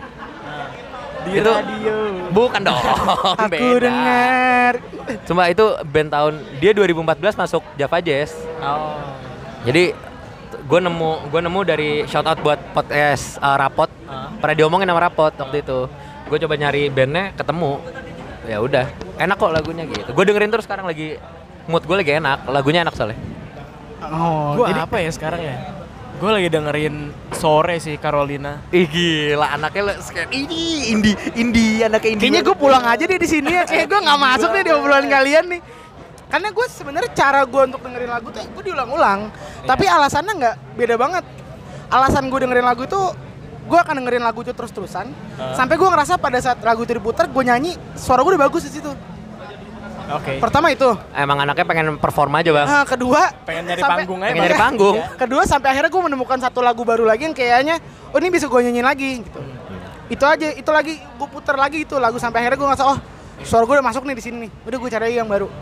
di itu- radio. Bukan dong. Aku beda. dengar. Cuma itu band tahun dia dua ribu empat belas masuk Java Jazz. Oh. Jadi gue nemu gue nemu dari shout out buat podcast uh, Rapot. Ah. Pernah diomongin sama Rapot waktu itu. Gue coba nyari bandnya ketemu. Ya udah, enak kok lagunya gitu. Gue dengerin terus sekarang lagi mood gue lagi enak. Lagunya enak soalnya. Oh, Gue jadi apa ya sekarang ya? Gue lagi dengerin Sore sih Carolina. Ih gila anaknya lo sekarang ini indie indie anaknya indie. kayaknya gue banget. pulang aja deh di sini ya. Kayak gue nggak masuk deh di obrolan kalian nih. Karena gue sebenarnya cara gue untuk dengerin lagu tuh gue diulang-ulang. Tapi alasannya nggak beda banget. Alasan gue dengerin lagu itu gue akan dengerin lagu itu terus-terusan sampai gue ngerasa pada saat lagu itu diputar gue nyanyi suara gue udah bagus di situ. Oke. Pertama itu. Emang anaknya pengen perform aja bang. Nah, kedua Pengen nyari sampai- panggung aja. Pengen Bang. nyari panggung. Kedua sampai akhirnya gue menemukan satu lagu baru lagi yang kayaknya oh ini bisa gue nyanyiin lagi gitu. Itu aja, itu lagi gue putar lagi itu lagu sampai akhirnya gue ngerasa oh suara gue udah masuk nih di sini nih. Udah gue cari yang baru.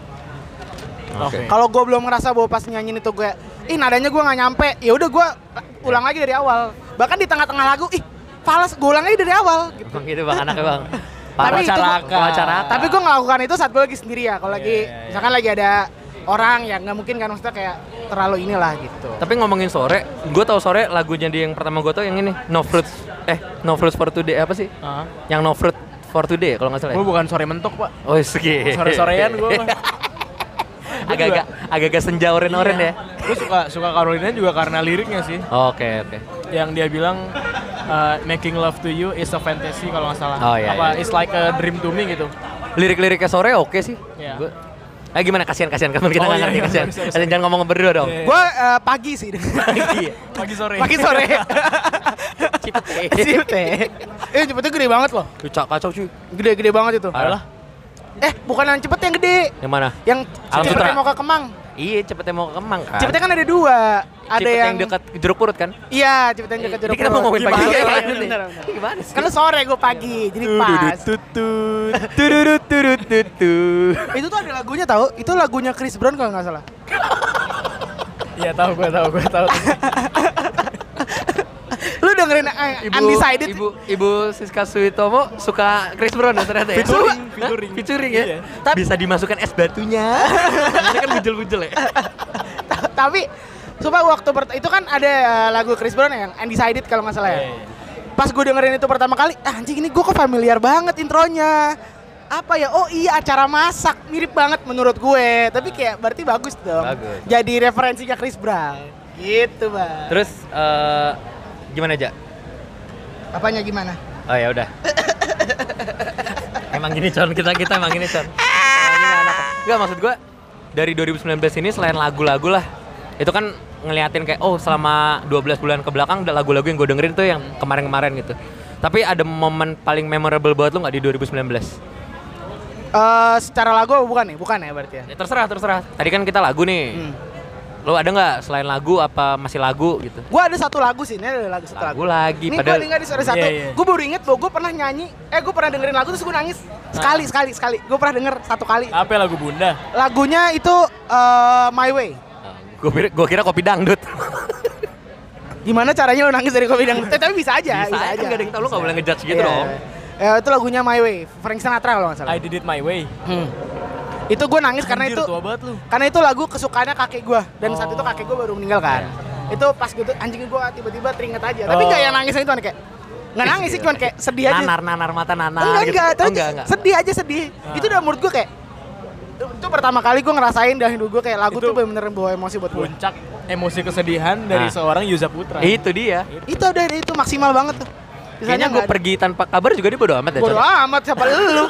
Oke. Kalau gue belum ngerasa bahwa pas nyanyiin itu gue, ih nadanya gue nggak nyampe, ya udah gue ulang lagi dari awal. Bahkan di tengah-tengah lagu, ih fals, gue ulang lagi dari awal. Gitu. Emang gitu bang anaknya bang. Tapi itu- Wacaraka. Tapi gue ngelakukan itu saat gue lagi sendiri ya. Kalau lagi, Iya, iya, iya. misalkan lagi ada orang yang nggak mungkin kan maksudnya kayak terlalu inilah gitu. Tapi ngomongin Sore, gue tau Sore lagunya dia yang pertama gue tau yang ini No Fruits, eh No Fruits for Today apa sih? Ah. Yang No Fruit for Today kalau nggak salah. Gue Ya? bukan sore mentok pak. Oh segi. Sore-sorean gue. Agak-agak agak-agak senja oren-oren ya. Gue suka suka Carolina juga karena liriknya sih. Oke oke. Yang dia bilang uh, making love to you is a fantasy kalau nggak salah. Oh, iya, Apa iya. it's like a dream to me gitu. Lirik-liriknya Sore oke sih. Iya. Gua, eh gimana kasihan-kasihan kan kita Oh, nggak iya, ngerti iya, kasihan. sorry, sorry, Kasihan jangan ngomong berdua dong. Iya. Gue eh, pagi sih, Iya. Pagi sore. pagi sore. Cipete. Cipete. Eh cepetnya gede banget loh. Kacau kacau cuy. Gede-gede banget itu. Alah. Eh bukan yang cepet yang gede. Yang mana? Yang Alam cepetnya Sutra. mau ke Kemang. Iya cepetnya mau ke Kemang kan. Cepetnya kan ada dua. Ada Cepet yang, dekat jeruk purut kan? Iya, cepetnya yang dekat jeruk Ini kenapa purut. ngomongin pagi? Gimana? Gimana, Iya, nih? bener, bener. Gimana sih? Kan sore gue pagi, jadi pas. Tutut, tururut, turut, tutut. Itu tuh ada lagunya tahu? Itu lagunya Chris Brown kalau nggak salah. Iya tahu gue tahu gue tahu. Lu dengerin eh, Ibu, Undecided? Ibu, Ibu Siska Suitomo suka Chris Brown ya ternyata ya? Featuring, Hah? featuring. Featuring ya? Iya. Tapi- Bisa dimasukkan es batunya. Ini kan bujel-bujel ya? Tapi coba waktu pert- itu kan ada eh, lagu Chris Brown yang Undecided kalau nggak salah ya. Iya, iya. Pas gue dengerin itu pertama kali, ah, anjing ini gue kok familiar banget intronya. Apa ya? Oh iya acara masak, mirip banget menurut gue. Tapi kayak berarti bagus dong. Bagus. Jadi referensinya Chris Brown. Gitu, Bang. Terus eh, gimana aja? Apanya gimana? Oh ya udah. Emang gini Con, kita kita emang gini Con. Emang gini anak. Enggak maksud gua dari dua ribu sembilan belas ini selain lagu-lagu lah, itu kan ngeliatin kayak oh selama dua belas bulan ke belakang udah lagu-lagu yang gue dengerin tuh yang kemarin-kemarin gitu. Tapi ada momen paling memorable buat lu nggak di dua ribu sembilan belas? Eh secara lagu apa bukan nih? Bukan ya berarti ya? Ya terserah terserah. Tadi kan kita lagu nih. Hmm. Lo ada nggak selain lagu apa masih lagu gitu? Gue ada satu lagu sih, ini ada lagu satu lagu. Lagu lagi, Ini padahal- gue dengar di sore satu. Iya, iya. Gue baru inget bahwa gue pernah nyanyi. Eh gue pernah dengerin lagu terus gue nangis sekali sekali sekali. Gue pernah denger satu kali. Apa lagu Bunda? Lagunya itu eh, My Way. Gue kira, gua kira kopi dangdut. Gimana caranya lo nangis dari kopi dangdut? Eh, tapi bisa aja, bisa, Bisa aja. kan gak ada yang tau, lo gak boleh ngejudge gitu Iya. dong. Eh, itu lagunya My Way, Frank Sinatra kalau nggak salah. I Did It My Way. Hmm. Itu gue nangis karena Anjir, itu tua banget lu. karena itu lagu kesukaannya kakek gue dan saat Oh. itu kakek gue baru meninggal kan. Itu pas gitu anjing gue tiba-tiba teringat aja. Tapi Oh. nggak yang nangis itu kayak nggak nangis sih cuman kayak sedih aja. Nanar, nanar mata nanar enggak gitu. enggak, Oh, tapi enggak, enggak. sedih aja sedih. Itu udah menurut gue kayak itu, itu pertama kali gue ngerasain dalam hidup gue kayak lagu Itu tuh bener-bener bawa emosi buat gue. Puncak emosi kesedihan dari Nah. seorang Yuza Putra. Itu dia. Itu udah itu maksimal banget tuh. Kayaknya gue pergi tanpa kabar juga dia bodo amat ya. Bodo Con. amat siapa lu?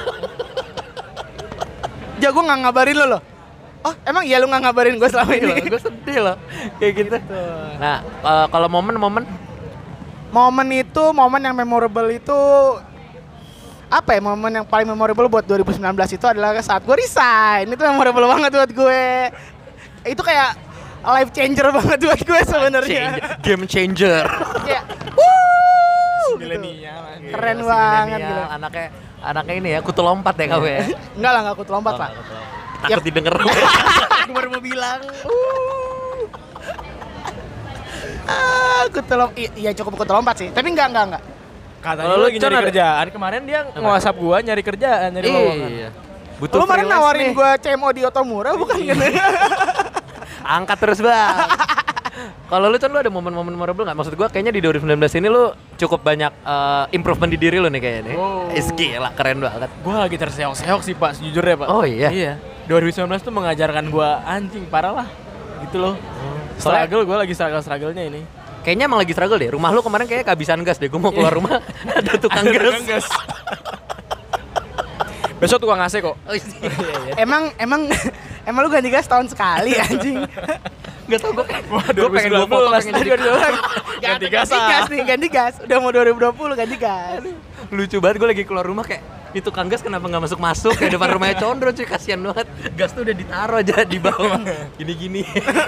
Jago nggak ngabarin lo loh. Oh emang iya lu nggak ngabarin gue selama ini? Gue sedih loh kayak gitu. Nah, eh, kalau momen-momen Momen itu, momen yang memorable itu apa ya, momen yang paling memorable buat dua ribu sembilan belas itu adalah saat gue resign. Itu memorable banget buat gue. Itu kayak life changer banget buat gue sebenarnya. change- game changer. Kayak, wuh, gitu. Milenial. anjir. Keren Si banget milenial, gitu. Anaknya anaknya ini ya, kutu lompat ya kau ya. Enggak lah, enggak aku lompat pak. Takut Yap. didengar. Gue baru mau bilang. Ah, kutu lompat. Iya cukup kutu lompat sih. Tapi enggak, enggak, enggak. Katanya Kalau lu lu, lagi Con, nyari ada- kerjaan. Kemarin dia nge-WhatsApp gua nyari kerjaan, nyari lowongan. Iya. Butuh Lu kemarin freelance nawarin nih. gue C M O di Otomura bukan gitu? Angkat terus bang. Kalau lu kan lu ada momen-momen memorable nggak? Maksud gua kayaknya di dua ribu sembilan belas ini lu cukup banyak eh, improvement di diri lu nih kayaknya nih. Wow. Is gila, keren banget. Gua lagi terseok-seok sih Pak, sejujurnya Pak. Oh, iya? Iya. dua ribu sembilan belas tuh mengajarkan gua anjing parah lah. Gitu loh. Soalnya- Struggle gua lagi struggle-struggle-nya ini. Kayaknya emang lagi struggle deh. Rumah lu kemarin kayaknya kehabisan gas deh. Gua mau keluar rumah ada tukang gas. Besok tukang A C kok. Oh, iya. Emang emang emang lu ganti gas tahun sekali anjing. Gak tau gue. Wah, Gue pengen gue foto pengen jadi Ganti gas ganti gas nih, ganti gas. Udah mau dua ribu dua puluh ganti gas. lucu banget. Gue lagi keluar rumah kayak itu tukang gas kenapa nggak masuk masuk kayak depan rumahnya Condro cuy, kasihan banget. Gas tuh udah ditaruh aja di bawah gini-gini.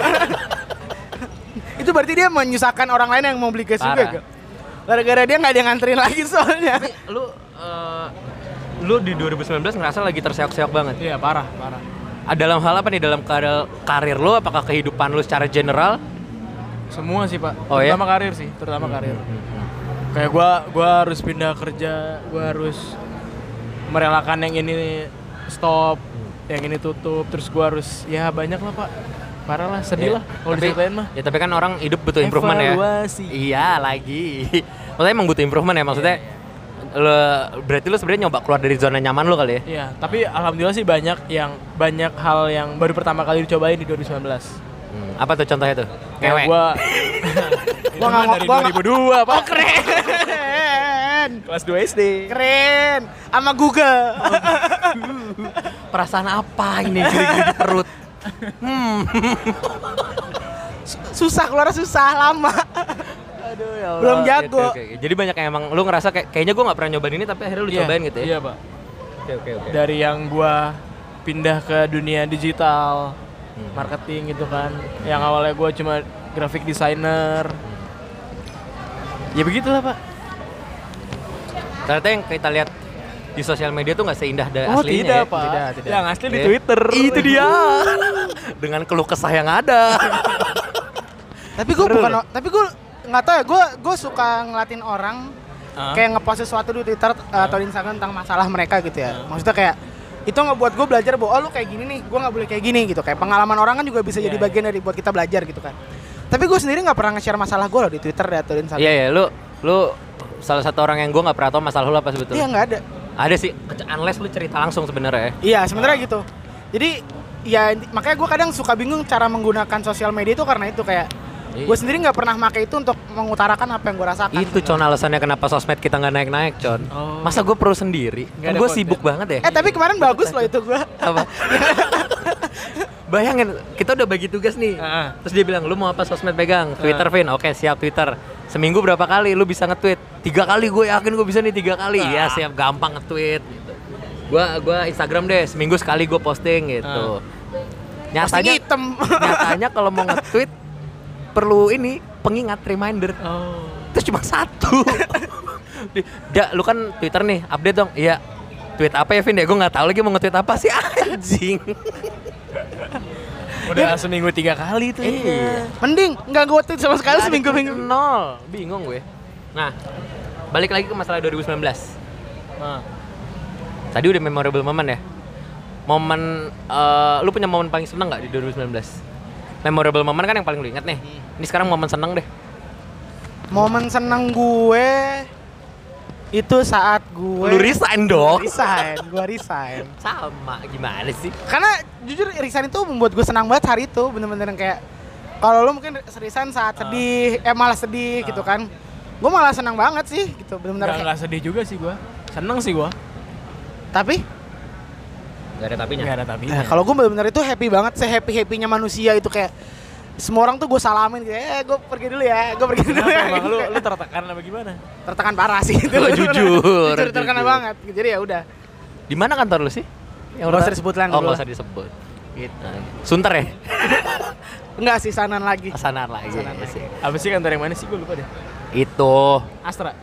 Itu berarti dia menyusahkan orang lain yang mau beli gas juga Parah. gak? Gara-gara dia nggak ada yang nganterin lagi soalnya. Lu eh, lu di dua ribu sembilan belas ngerasa lagi terseok-seok banget. Iya, parah, parah. Ada dalam hal apa nih, dalam karir, karir lu, apakah kehidupan lu secara general? Semua sih, Pak. Oh, ya? Terutama karir sih, terutama karir. Kayak gua gua harus pindah kerja, gua harus merelakan yang ini stop, yang ini tutup, terus gua harus ya banyak lah, Pak. Parah lah, sedih Ya, lah kalau tapi- diceritain mah. Ya tapi kan orang hidup butuh improvement ya. Evaluasi. Iya lagi. Maksudnya emang butuh improvement ya, maksudnya lu, berarti lu sebenarnya nyoba keluar dari zona nyaman lu kali ya? Iya, tapi alhamdulillah sih banyak yang banyak hal yang baru pertama kali dicobain di dua ribu sembilan belas. Hmm, apa tuh contohnya tuh? Kayak Ngewek. gua Gua nggak Gua ngo- dari gua dua ribu dua, Pak. Keren. Kelas dua S D. Keren. Sama Google. Perasaan apa ini geli-geli di perut? Hmm. Susah keluar susah lama. Aduh ya Allah. Belum jago. Oke, oke, oke. Jadi banyak yang emang lu ngerasa kayak kayaknya gua nggak pernah nyobain ini tapi akhirnya lu Iya, cobain gitu ya? Iya, Pak. Oke oke oke. Dari yang gua pindah ke dunia digital, Hmm. marketing gitu kan. Yang awalnya gua cuma graphic designer. Ya begitulah, Pak. Ternyata yang kita lihat di sosial media tuh nggak seindah dari Oh, aslinya tidak, ya. Pak. Tidak, tidak. Yang asli di Ya. Twitter. Itu dia. Dengan keluh kesah yang ada. Tapi gue Seru bukan, loh. tapi gue nggak tahu ya. Gue gue suka ngelatin orang Hah? kayak ngepost sesuatu di Twitter uh, atau di Instagram tentang masalah mereka gitu ya. Maksudnya kayak itu ngebuat gue belajar bahwa oh lu kayak gini nih, gue nggak boleh kayak gini gitu. Kayak pengalaman orang kan juga bisa Iya, jadi iya. bagian dari buat kita belajar gitu kan. Tapi gue sendiri nggak pernah nge-share masalah gue loh di Twitter atau di Instagram. Iya ya, lu lu salah satu orang yang gue nggak pernah tahu masalah lu apa sebetulnya. Iya nggak ada. Ada sih, unless lu cerita langsung sebenarnya ya. Iya sebenarnya gitu. Jadi ya inti- makanya gue kadang suka bingung cara menggunakan sosial media itu karena itu kayak Iya. gue sendiri nggak pernah pakai itu untuk mengutarakan apa yang gue rasakan. Itu con alasannya kenapa sosmed kita nggak naik-naik con. Oh. Masa gue perlu sendiri? Nggak Kan ada gue konten. sibuk banget ya. Eh tapi kemarin bagus loh itu gue. Apa? Bayangin, kita udah bagi tugas nih. Heeh. Terus dia bilang, lu mau apa sosmed pegang? Twitter, Vin? Oke, siap Twitter. Seminggu berapa kali lu bisa nge-tweet? Tiga kali, gue yakin gue bisa nih tiga kali. Iya, siap, gampang nge-tweet. Gitu. Gua, gua Instagram deh, seminggu sekali gue posting gitu. Nyatanya hitam. nyatanya kalau mau nge-tweet perlu ini pengingat reminder. Oh. Terus cuma satu. Ya, lu kan Twitter nih, update dong. Iya. Tweet apa ya, Vin? Ya gue nggak tahu lagi mau nge-tweet apa sih, anjing. Udah seminggu tiga kali tuh. Iya. Mending nggak gue tweet sama sekali Nggak ada seminggu-minggu. Nol. Bingung gue. Nah, balik lagi ke masalah dua ribu sembilan belas. Nah. Tadi udah memorable moment ya. Momen, uh, lu punya momen paling seneng nggak di dua ribu sembilan belas? Memorable moment kan yang paling lu ingat nih. Ini sekarang momen seneng deh. Momen seneng gue itu saat gue Lu resign dong. resign, gue resign. Sama, gimana sih? Karena jujur resign itu membuat gue senang banget hari itu, bener-bener yang kayak kalau lu mungkin resign saat sedih, eh malah sedih gitu kan. Gue malah senang banget sih gitu, bener-bener Nggak, kayak. nggak sedih juga sih gua. Seneng sih gua. Tapi Gak ada tapinya. Nggak ada tapi. eh, kalau gue bener-bener itu happy banget, se-happy-happynya manusia itu kayak semua orang tuh gue salamin gitu, eh gue pergi dulu ya, gue pergi dulu Kenapa ya. emang gitu. lu lu tertekan apa gimana? Tertekan parah sih itu. Oh, jujur, jujur tertekan jujur. banget. Jadi ya udah. Di mana kantor lu sih? Nggak usah disebut lah, Oh, dulu nggak lah. usah disebut. Gitu. Sunter ya? Enggak sih, sanan lagi. Sanar lagi. Sanar ya lagi. sih. Apa sih kantor yang mana sih gua lupa deh. Itu Astra.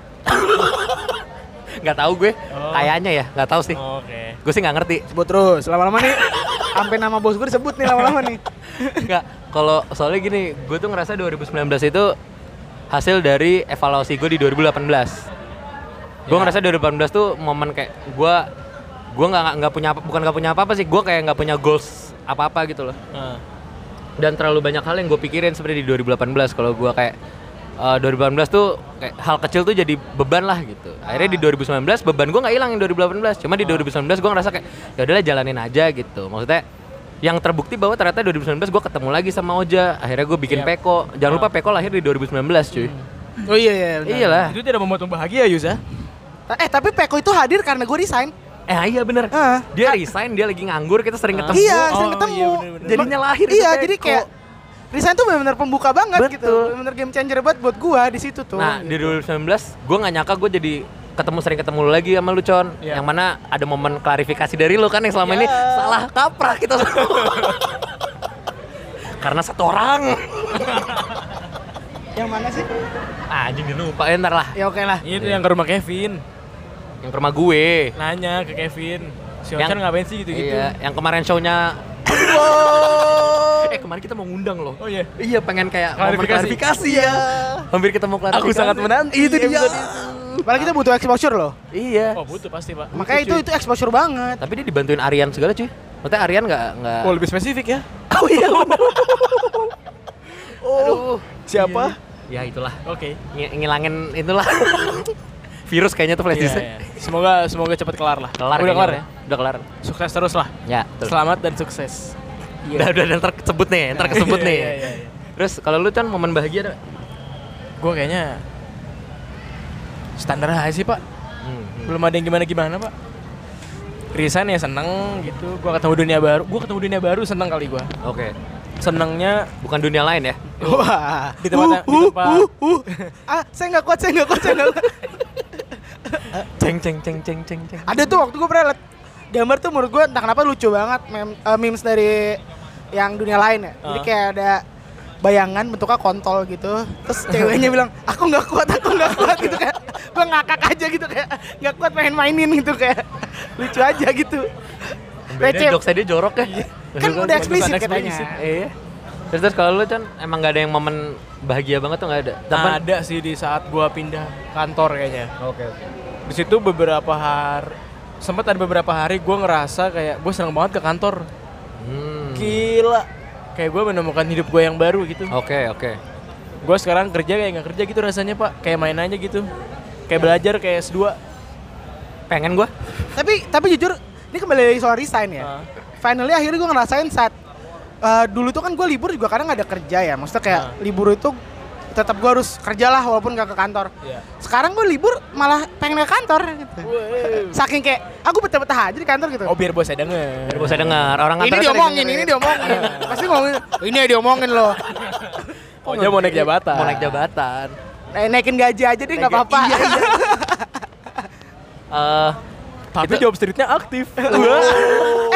nggak tahu gue. Oh. Kayaknya ya, nggak tahu sih. Oke. Gue sih nggak ngerti. Sebut terus, lama-lama nih sampai nama bos gue disebut nih lama-lama nih. Nggak. Kalau soalnya gini, gue tuh ngerasa dua ribu sembilan belas itu hasil dari evaluasi gue di dua ribu delapan belas. Gue Ya. ngerasa dua ribu delapan belas tuh momen kayak gue gue nggak nggak punya apa, bukan nggak punya apa-apa sih, gue kayak nggak punya goals apa-apa gitu loh. Nah. Dan terlalu banyak hal yang gue pikirin sebenarnya di dua ribu delapan belas. Kalau gue kayak uh, dua ribu delapan belas tuh kayak hal kecil tuh jadi beban lah gitu. Akhirnya di dua ribu sembilan belas beban gue nggak hilang yang dua ribu delapan belas. Cuma di dua ribu sembilan belas gue ngerasa kayak ya udahlah jalanin aja gitu. Maksudnya yang terbukti bahwa ternyata dua ribu sembilan belas gue ketemu lagi sama Oja. Akhirnya gue bikin Yap. Peko. Jangan lupa Peko lahir di dua ribu sembilan belas cuy. Oh iya iya. benar. Iyalah. Itu tidak membuatmu bahagia, Yusa? Eh tapi Peko itu hadir karena gue resign. Eh iya bener. Heeh. Dia resign, dia lagi nganggur, kita sering Ah. ketemu. Iya, Oh, sering ketemu. iya, bener-bener. Jadinya lahir itu Iya, Peko. jadi kayak resign tuh benar-benar pembuka banget Betul. gitu. Benar-benar game changer banget buat gua di situ tuh. Nah, di gitu. dua ribu sembilan belas gue nggak nyangka gue jadi ketemu sering ketemu lu lagi sama lu Con. Iya. Yang mana ada momen klarifikasi dari lu kan yang selama ini Iya. salah kaprah kita semua. Karena satu orang. Yang mana sih? Ah, anjing lupa ya, ntar lah. Ya oke lah. Itu yang ke rumah Kevin. Yang ke rumah gue. Nanya ke Kevin. Si Yang- Ochan ngapain sih gitu-gitu? Iya, yang kemarin show-nya. Wow. Eh, kemarin kita mau ngundang loh. Oh iya. Iya, pengen kayak momen Klarifikasi. klarifikasi ya. Hampir kita mau klarifikasi. Aku sangat menanti Itu dia. episode Padahal kita butuh exposure loh. Iya. Oh, butuh pasti, Pak. Makanya itu itu exposure banget. Tapi dia dibantuin Aryan segala cuy. Maksudnya Aryan nggak nggak. Oh, lebih spesifik ya. Oh iya. Oh. Siapa? Ya itulah. Oke. Ng- ngilangin itulah. Virus kayaknya tuh flash Iya, disk. iya. Semoga semoga cepat kelar lah. Kelar Udah kayaknya. kelar ya. Udah kelar. Sukses terus lah. Ya, betul. Selamat dan sukses. Udah udah udah, ntar kesebut nih, ntar kesebut Iya, nih. iya, iya, iya. Terus kalau lu Con momen bahagia ada? Gue kayaknya standar aja sih, Pak. Hmm. Belum ada yang gimana-gimana, Pak. Resign ya seneng gitu. Gua ketemu dunia baru. Gua ketemu dunia baru seneng kali gua. Oke. Senengnya Bukan dunia lain ya. Wah. Di tempat- di tempat- uh, uh. Ah, saya nggak kuat, saya nggak kuat, saya nggak kuat. Ceng ceng ceng ceng ceng ceng. Ada tuh waktu gue pernah liat gambar tuh menurut gue entah kenapa lucu banget mem- eh, memes dari yang dunia lain ya. Jadi Ah. kayak ada bayangan bentuknya kontol gitu. Terus ceweknya bilang, "Aku nggak kuat, aku nggak kuat" gitu kayak. Gue ngakak aja gitu kayak nggak kuat pengen mainin gitu kayak. Lucu aja gitu. Beda Receh. jokesnya dia jorok ya. Kan udah eksplisit Bentukan katanya. eksplisit. Iya. Terus terus kalau lu Con emang gak ada yang momen bahagia banget tuh nggak ada. Tapi- ada sih di saat gua pindah kantor kayaknya. Oke oke. Di situ beberapa hari sempat ada beberapa hari gua ngerasa kayak gue seneng banget ke kantor. Hmm. Gila. Kayak gue menemukan hidup gue yang baru gitu. Oke oke. Gue sekarang kerja kayak nggak kerja gitu rasanya, Pak. Kayak main aja gitu. Kayak belajar kayak S dua. Pengen gua. Tapi tapi jujur ini kembali lagi soal resign ya. Ah. Finally akhirnya gue ngerasain saat eh, dulu tuh kan gue libur juga kadang nggak ada kerja ya. Maksudnya kayak Ah. libur itu tetap gue harus kerja lah walaupun gak ke kantor. Iya. Sekarang gue libur malah pengen ke kantor gitu. Saking kayak aku betah-betah aja di kantor gitu. Oh, biar bos saya denger. Biar bos saya dengar orang ini kantor tadi diomongin, dengerin. ini diomongin. Pasti ngomongin, ini ya diomongin loh. Oh, dia mau naik jabatan. Mau naik jabatan. Eh, naikin gaji aja deh nggak Naik- apa-apa. iya, Eh Tapi Itu- job streetnya aktif. Eh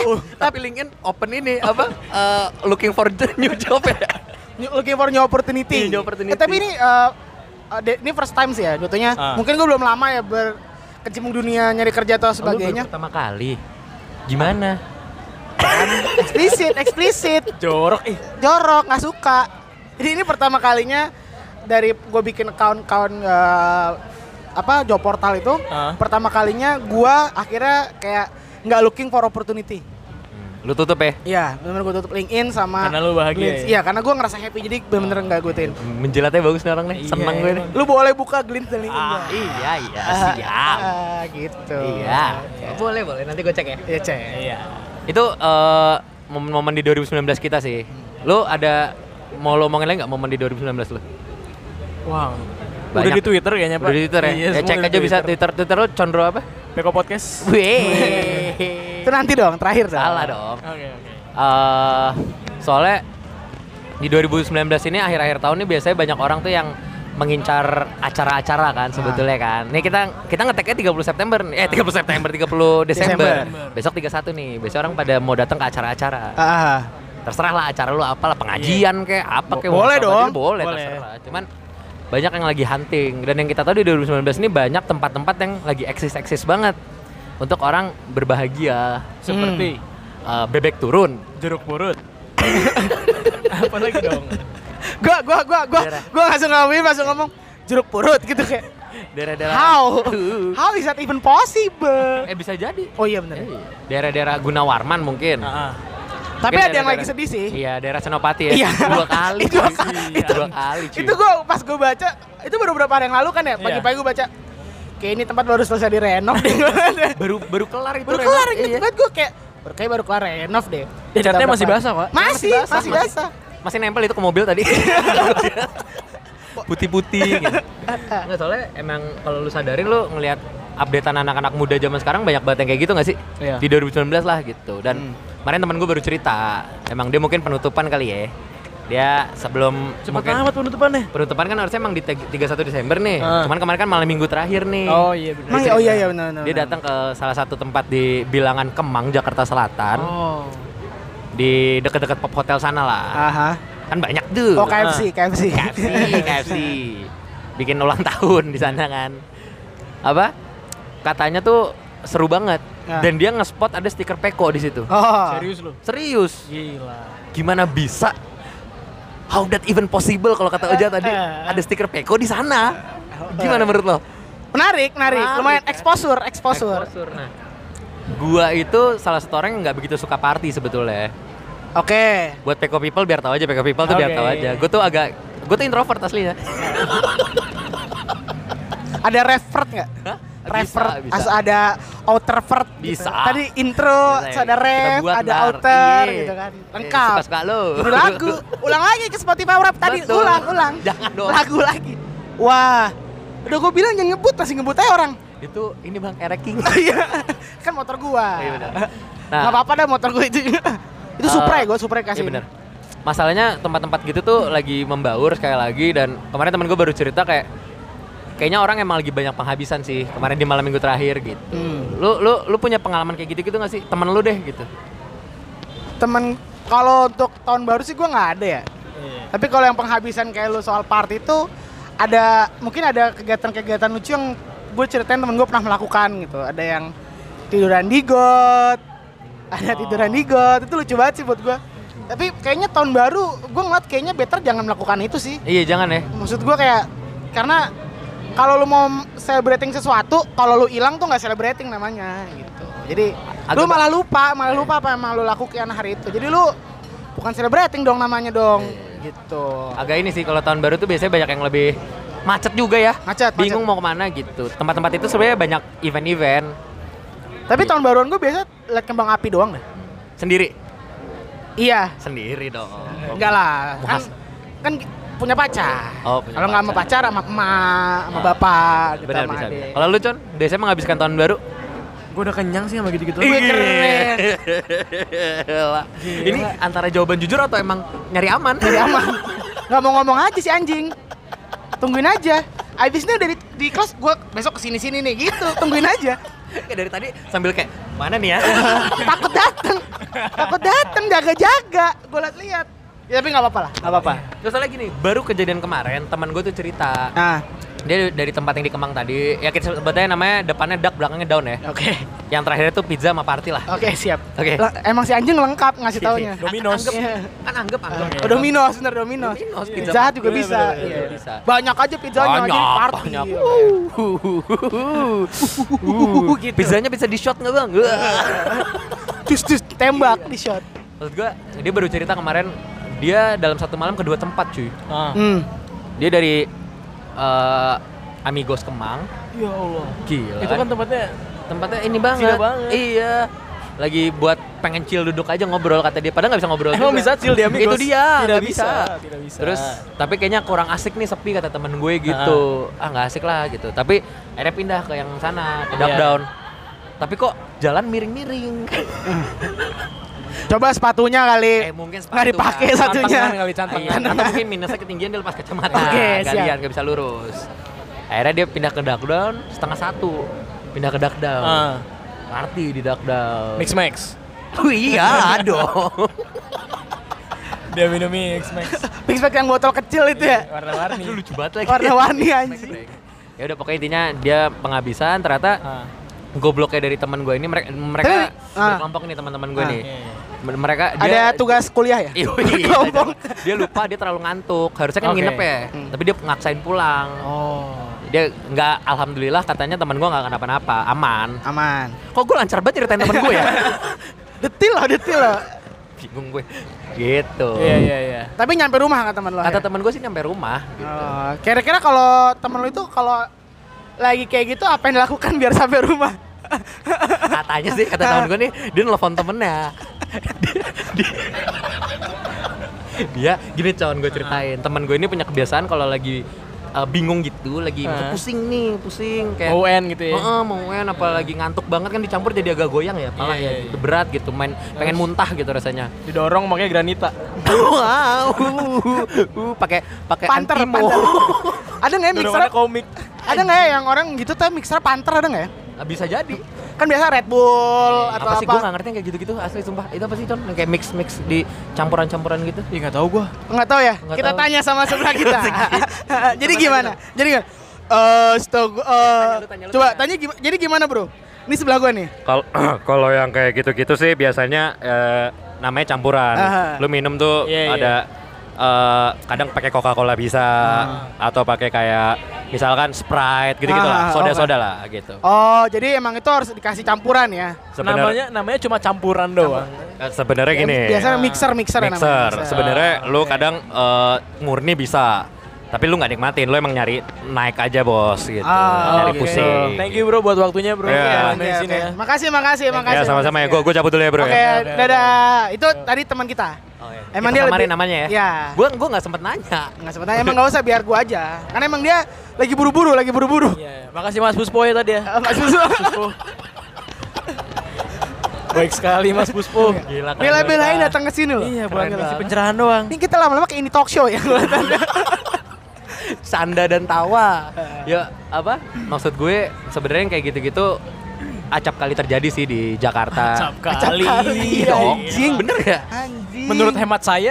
Tahu. Tapi LinkedIn open ini apa? eh, looking for the new job ya. New- looking for new opportunity. Iya, new opportunity. Eh, tapi ini uh, uh, de- ini first time sih ya, jatuhnya. Ah. Mungkin gue belum lama ya berkecimpung dunia nyari kerja atau Oh, lu baru sebagainya. pertama kali. Gimana? Eksplisit, eksplisit. Jorok ih. Jorok, nggak suka. Jadi ini pertama kalinya dari gue bikin account-account uh, apa job portal itu, Ah. pertama kalinya gue akhirnya kayak nggak looking for opportunity. Lu tutup ya? Iya, benar-benar gue tutup LinkedIn sama. Karena lu bahagia Glints. ya? Iya, karena gue ngerasa happy jadi benar-benar nggak gue tin. Menjilatnya bagus nih orang nih. Iya, Seneng gue nih. emang. Lu boleh buka Glints dan LinkedIn. Ah, gua. iya iya Ah, siap. ah, gitu. Iya. Boleh boleh nanti gue cek ya. Iya, cek. Iya. Itu eh, momen-momen di dua ribu sembilan belas kita sih. Lu ada mau lo omongin lagi nggak momen di dua ribu sembilan belas lu? Wow. Banyak. Udah di Twitter kayaknya, Pak. Udah di Twitter ya? Iya, Ya semua cek udah aja di bisa Twitter. Twitter lu Condro apa? Peko Podcast. Wih. Itu nanti dong, terakhir dong. Salah dong. Oke, oke. Eh, soalnya di dua ribu sembilan belas ini akhir-akhir tahun ini biasanya banyak orang tuh yang mengincar acara-acara kan sebetulnya kan. Nih kita kita ngeteknya tiga puluh September nih. Eh tiga puluh September, tiga puluh Desember. Desember. Besok tiga puluh satu nih. Besok orang pada mau datang ke acara-acara. Ah. Terserah lah acara lu apalah, pengajian kayak apa kayak Bo- boleh workshop dong. aja, boleh, Boleh. terserah. Cuman banyak yang lagi hunting dan yang kita tahu di dua ribu sembilan belas ini banyak tempat-tempat yang lagi eksis-eksis banget untuk orang berbahagia. Seperti Eh, bebek turun. jeruk purut. Apa lagi dong? Gua gua gua gua Daerah. gua langsung ngomongin langsung ngomong jeruk purut gitu kayak. Daerah-daerah How? How is that even possible? Eh bisa jadi. Oh iya benar. Iya. Daerah-daerah Gunawarman mungkin. Ah, Tapi Mungkin ada yang daerah-daerah- lagi sedih sih. Iya, daerah Senopati ya. Iya. Dua kali. Dua cuy. kali. Iya, Dua kali, cuy. Itu gua pas gua baca, itu baru beberapa hari yang lalu kan ya, Iya. pagi-pagi gua baca. Kayak ini tempat baru selesai direnov deh. baru baru kelar itu. baru Renov. kelar gitu Iya. banget gua kayak baru kayak baru kelar renov deh. Catnya masih basah, Pak. Masih, masih basah. Masih nempel itu ke mobil tadi. Putih-putih gitu. Nggak, soalnya emang kalau lu sadarin lu ngelihat updatean anak-anak muda zaman sekarang banyak banget yang kayak gitu nggak sih? Iya. Di dua ribu sembilan belas lah gitu. Dan Hmm. kemarin teman gue baru cerita, emang dia mungkin penutupan kali ya. Dia sebelum Cepet mungkin amat penutupannya. penutupan kan harusnya emang di tiga puluh satu Desember nih. Ah. Cuman kemarin kan malam minggu terakhir nih. Oh iya benar. Emang ya, oh iya iya benar benar. Dia benar. datang ke salah satu tempat di Bilangan Kemang, Jakarta Selatan. Oh. Di dekat-dekat pop hotel sana lah. Aha. Kan banyak tuh. Oh K F C, K F C. K F C, K F C. Bikin ulang tahun di sana kan. Apa? Katanya tuh seru banget. Nah. Dan dia nge-spot ada stiker Peko di situ. Oh. Serius lu? Serius. Gila. Gimana bisa? How that even possible kalau kata Oja tadi Eh. ada stiker Peko di sana. Gimana menurut lo? Menarik, menarik. Menarik, Lumayan kan? exposure, exposure. Exposure. Nah, gua itu salah satu orang yang nggak begitu suka party sebetulnya. Oke. Buat Peko people biar tahu aja, Peko people tuh biar Oke. tahu aja. Gue tuh agak, gue tuh introvert aslinya. Ada revert nggak? Hah? Revert, Bisa, bisa. as- ada outervert. Bisa. Gitu. Tadi intro, Bisa, terus ada kita rev, buat ada ntar. outer, Iya. gitu kan. Eh, Lengkap. Suka-suka lo. Ini lagu. Ulang lagi ke Spotify rap tadi. Betul. Ulang, ulang. Jangan dong. Lagu lagi. Wah. Udah gue bilang jangan ngebut, masih ngebut aja orang. Itu ini bang, Ereking. Iya. Kan motor gua. Iya, benar. Nah, Gak apa-apa dah motor gua itu. Itu Eh, Supra ya, gua Supra kasih. Iya benar. Masalahnya tempat-tempat gitu tuh lagi membaur sekali lagi, dan kemarin temen gue baru cerita kayak kayaknya orang emang lagi banyak penghabisan sih kemarin di malam minggu terakhir gitu. Hmm. Lu lu lu punya pengalaman kayak gitu-gitu nggak sih? Temen lu deh gitu. Temen kalau untuk tahun baru sih gua nggak ada ya. Iya. Tapi kalau yang penghabisan kayak lu soal party itu ada mungkin ada kegiatan-kegiatan lucu yang gue ceritain temen gue pernah melakukan gitu. Ada yang tiduran di got, ada Oh. tiduran di got, itu lucu banget sih buat gue. Tapi kayaknya tahun baru gue ngeliat kayaknya better jangan melakukan itu sih. Iya jangan ya. Maksud gue kayak karena kalau lu mau celebrating sesuatu, kalau lu hilang tuh nggak celebrating namanya gitu. Jadi Agak lu ba- malah lupa, malah lupa apa yang emang lu lakukan hari itu. Jadi lu bukan celebrating dong namanya dong. Gitu. Agak ini sih kalau tahun baru tuh biasanya banyak yang lebih macet juga ya. Macet, Bingung macet. mau kemana gitu. Tempat-tempat itu sebenarnya banyak event-event Tapi tahun baruan gue biasa liat kembang api doang deh. sendiri. Iya, Sendiri dong. enggak lah. Kan, Muhas- kan punya pacar. Oh, punya Kalau nggak sama pacar. pacar sama emak, sama Ah. bapak, gitu Benar sama bisa. adik. bisa. Kalau lu Con, biasanya menghabiskan tahun baru? Gue udah kenyang sih sama gitu-gitu. Wih, keren. Gila. Ini antara jawaban jujur atau emang nyari aman? Jadi aman. Nggak mau ngomong aja si anjing. Tungguin aja. Abis ini udah di, di kelas, gue besok kesini-sini nih gitu. Tungguin aja. Kayak dari tadi sambil kayak mana nih ya? Takut dateng. Takut datang jaga-jaga. Gue liat-liat. Ya tapi nggak apa-apa lah, nggak apa-apa. Terus lagi gini, baru kejadian kemarin teman gue tuh cerita. Nah, Dia dari tempat yang di Kemang tadi, ya kita sebetulnya namanya depannya duck, belakangnya down ya. oke. Yang terakhir itu pizza sama party lah. Oke, siap. Oke. Lah, emang si anjing lengkap ngasih taunya. Domino's. Anggap, Iya. kan anggap anggap. Oh, Domino's, bener Domino's. Domino's, Pizza pizza Hut juga Bener, bisa. bener, Iya. bener, bisa. Banyak aja pizzanya, Banyak, jadi party. banyak. Iya. Uh, Gitu. Pizzanya bisa di shot nggak bang? Cus cus tembak di shot. Maksud gue, dia baru cerita kemarin dia dalam satu malam kedua tempat cuy. Ah. Hmm. Dia dari eh, Amigos Kemang. Ya Allah. Gila. Itu kan tempatnya tempatnya ini banget. Gila banget. Iya. Lagi buat pengen chill duduk aja ngobrol kata dia. Padahal nggak bisa ngobrol. emang juga. bisa chill di Amigos? Itu dia. Tidak nggak bisa, tidak bisa. Terus tapi kayaknya kurang asik nih sepi kata temen gue gitu. Ah nggak asik lah gitu. Tapi akhirnya pindah ke yang sana ke Duck Iya. Down. Tapi kok jalan miring-miring. Coba sepatunya kali. eh mungkin sepatu Nggak dipakai kan. satunya. Cantengan kali, cantengan. Iya, atau mungkin minusnya ketinggian dia lepas kacamata. Oke, Gak siap. lihat, nggak bisa lurus. Akhirnya dia pindah ke Duck Down setengah satu. Pindah ke Duck Down. Ah. Party di Duck Down. Mix Max. Oh iya dong. Dia minum Mix Max. Mix pack yang botol kecil itu ya. Warna-warni. Itu lucu banget lagi. Warna-warni anjing. Ya udah pokoknya intinya dia penghabisan ternyata Ah. gobloknya dari teman gue ini mereka mereka Tapi, ah. berkelompok nih teman-teman gue Ah. nih. Iya, iya. M- Mereka dia Ada tugas kuliah ya? Iya, Kelompok. dia lupa dia terlalu ngantuk. Harusnya kan Oke. nginep ya. Hmm. Tapi dia ngaksain pulang. Oh. Dia nggak alhamdulillah katanya teman gue nggak kenapa-napa, aman. Aman. Kok gue lancar banget ceritain teman gue ya? Detil loh, detil loh. Bingung gue. Gitu. Iya iya iya. Tapi nyampe rumah kata teman lo. Kata ya? teman gue sih nyampe rumah gitu. Oh, kira-kira kalau temen lo itu kalau lagi kayak gitu apa yang dilakukan biar sampai rumah? Katanya sih kata teman gue nih dia nelfon temennya. dia, dia, dia gini cawan gue ceritain. Teman gue ini punya kebiasaan kalau lagi uh, bingung gitu, lagi Ah. pusing nih, pusing kayak O N gitu ya. Heeh, mau en apalagi ngantuk banget kan dicampur jadi agak goyang ya, pala Iya, ya iya, gitu, berat gitu, main pengen muntah gitu rasanya. Didorong makanya granita. Wow, uh, pakai pakai Panter, antimo. panter. Ada nggak ya mixer? Dorongannya komik. Ada nggak ya yang orang gitu tuh mixer panter ada nggak ya? Nggak bisa jadi. Kan biasa Red Bull atau apa apa? sih gue nggak ngerti yang kayak gitu-gitu asli sumpah. Itu apa sih Con? Yang kayak mix mix di campuran-campuran gitu. Ih enggak tahu gua. Nggak tahu ya. Nggak kita tahu. tanya sama sebelah kita. Jadi Coba gimana? tanya Jadi gimana? Eh, setahu gua- eh, Tanya lu, tanya lu, coba tanya. tanya gimana? Jadi gimana bro? Ini sebelah gua nih. Kalau kalau yang kayak gitu-gitu sih biasanya eh, namanya campuran. Aha. Lu minum tuh Iya, iya. ada eh, kadang pakai Coca-Cola bisa atau pakai kayak misalkan Sprite gitu-gitu Ah, lah, soda-soda oke. lah gitu. Oh, jadi emang itu harus dikasih campuran ya? Sebenarnya Namanya namanya cuma campuran doang. eh, sebenarnya gini. Biasanya mixer mixer, ya namanya. Mixer. Sebenarnya Ah, lu oke. kadang eh, murni bisa. Tapi lu nggak nikmatin, lu emang nyari naik aja bos gitu. Ah, nyari oke. pusing. Thank you bro buat waktunya bro. Iya. Ya, Oke, di sini oke. ya. Makasih, makasih, makasih. Ya sama-sama ya, makasih. gue gue cabut dulu ya bro Oke, ya. Oke, dadah. Itu tadi teman kita. Oh, iya. Emang Kita dia samarin lebih- namanya ya? Iya. Gue gue nggak sempet nanya. Nggak sebenarnya emang nggak usah biar gua aja. Karena emang dia lagi buru-buru, lagi buru-buru. Iya, makasih Mas Puspo ya tadi ya. Eh, Mas Susu. Puspo. Baik sekali Mas Puspo. Gila keren Bela-belain banget. datang ke sini loh. Iya, Keren bukan ngasih banget. pencerahan doang. Ini kita lama-lama kayak ini talk show ya. Sanda dan tawa. Ya apa? Maksud gue sebenarnya yang kayak gitu-gitu acap kali terjadi sih di Jakarta. Acap kali. Iya, dong. anjing. Bener ya? Anjing. Menurut hemat saya,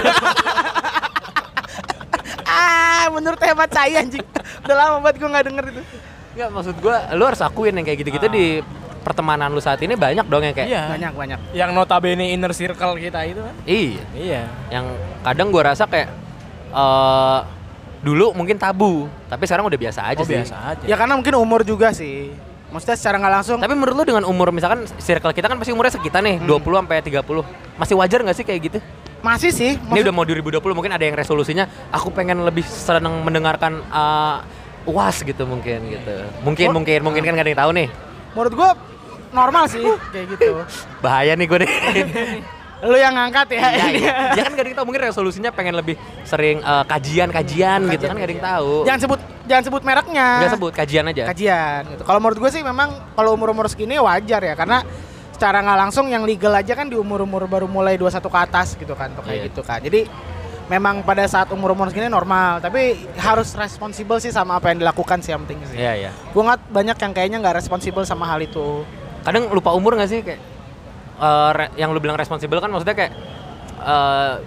ah, menurut hemat saya anjing. Udah lama banget gua nggak denger itu. Enggak, maksud gue lu harus akuin yang kayak gitu-gitu Ah. di pertemanan lu saat ini banyak dong yang kayak iya. Banyak, banyak. Yang notabene inner circle kita itu kan. iya, Iya. yang kadang gue rasa kayak eh dulu mungkin tabu, tapi sekarang udah biasa aja Oh, sih. biasa aja. Ya karena mungkin umur juga sih. Maksudnya secara nggak langsung. Tapi menurut lu dengan umur misalkan circle kita kan pasti umurnya sekitar nih, Hmm. dua puluh sampai tiga puluh. Masih wajar nggak sih kayak gitu? Masih sih. Ini udah mau dua ribu dua puluh, mungkin ada yang resolusinya aku pengen lebih seneng mendengarkan uh, U A S gitu mungkin gitu. Mungkin Oh. mungkin mungkin kan gak ada yang tahu nih. Menurut gua normal sih kayak gitu. Bahaya nih gue nih. Lu yang ngangkat ya. Iya, iya. Ya kan gak ada yang tahu, mungkin resolusinya pengen lebih sering uh, kajian-kajian gitu kan gak ada yang tahu. Jangan sebut jangan sebut mereknya. Nggak sebut, kajian aja. Kajian gitu. Kalau menurut gue sih memang kalau umur-umur segini wajar ya karena secara nggak langsung yang legal aja kan di umur-umur baru mulai dua puluh satu ke atas gitu kan, tuh kayak Iya. gitu kan. Jadi memang pada saat umur-umur segini normal, tapi harus responsibel sih sama apa yang dilakukan sih yang penting sih. Iya, iya. Gue nggak banyak yang kayaknya nggak responsibel sama hal itu. Kadang lupa umur gak sih kayak uh, re- yang lu bilang responsible kan maksudnya kayak uh,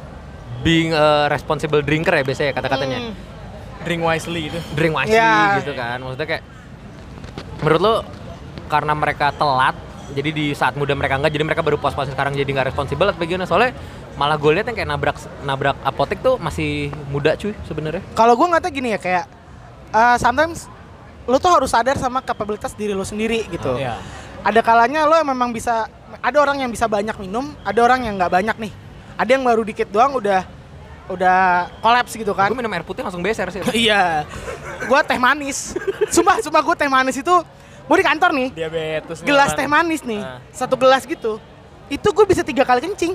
being a responsible drinker ya biasanya kata-katanya. Hmm. Drink wisely gitu. Drink wisely Ya. gitu kan. Maksudnya kayak menurut lu karena mereka telat jadi di saat muda mereka enggak jadi mereka baru pos-posin sekarang jadi nggak responsible atau bagaimana? Soalnya malah gue lihat yang kayak nabrak nabrak apotek tuh masih muda cuy sebenarnya. Kalau gue ngeliatnya gini ya kayak uh, sometimes lu tuh harus sadar sama kapabilitas diri lu sendiri gitu. Iya. Ada kalanya lu yang memang bisa, ada orang yang bisa banyak minum, ada orang yang nggak banyak nih. Ada yang baru dikit doang udah udah kolaps gitu kan. Gue minum air putih langsung beser sih. Iya. Gua teh manis. Sumpah, sumpah gue teh manis itu gue di kantor nih. Diabetes. Gelas nih, teh orang. manis nih. Nah. Satu gelas gitu. Itu gue bisa tiga kali kencing.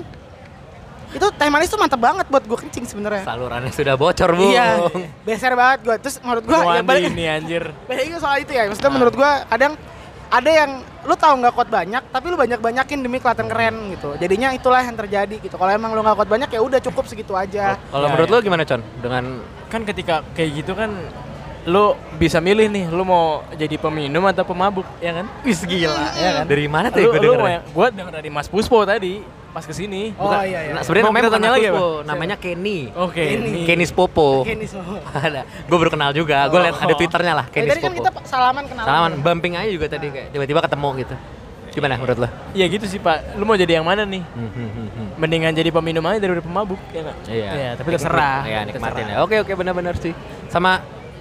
Itu teh manis tuh mantap banget buat gue kencing sebenarnya. Salurannya sudah bocor, Bung. Iya. Beser banget gue. Terus menurut gue Mau ya mandi balik ini anjir. balik soal itu ya. Maksudnya menurut gue kadang ada yang lu tahu nggak kuat banyak tapi lu banyak-banyakin demi kelihatan keren gitu. Jadinya itulah yang terjadi gitu. Kalau emang lu nggak kuat banyak ya udah cukup segitu aja. Kalau Ya, menurut ya. lu gimana, Con? Dengan Kan ketika kayak gitu kan lu bisa milih nih, lu mau jadi peminum atau pemabuk, ya kan? Wis gila, ya kan? dari mana tuh Lu, gue lu denger? mau yang, gua denger dari Mas Puspo tadi pas kesini. Oh Bukan. iya iya. Nah, sebenarnya Mau namanya kita bukan tanya Mas lagi Puspo, apa? namanya Kenny. Oke. Kenny. Kenny Spopo. Kenny semua. Ada. Gue baru kenal juga. Gue liat ada Oh. Twitternya lah, Kenny Tadi kan Spopo. kita salaman kenalan. Salaman, bumping aja juga tadi kayak tiba-tiba ketemu gitu. Gimana menurut lo? Ya gitu sih Pak. Lu mau jadi yang mana nih? Hmm, hmm, hmm, hmm. Mendingan jadi peminum aja daripada pemabuk, ya nggak? Iya. Ya, tapi Nik- terserah. Iya, nikmatin Terserah. ya. Oke, oke, benar-benar sih. Sama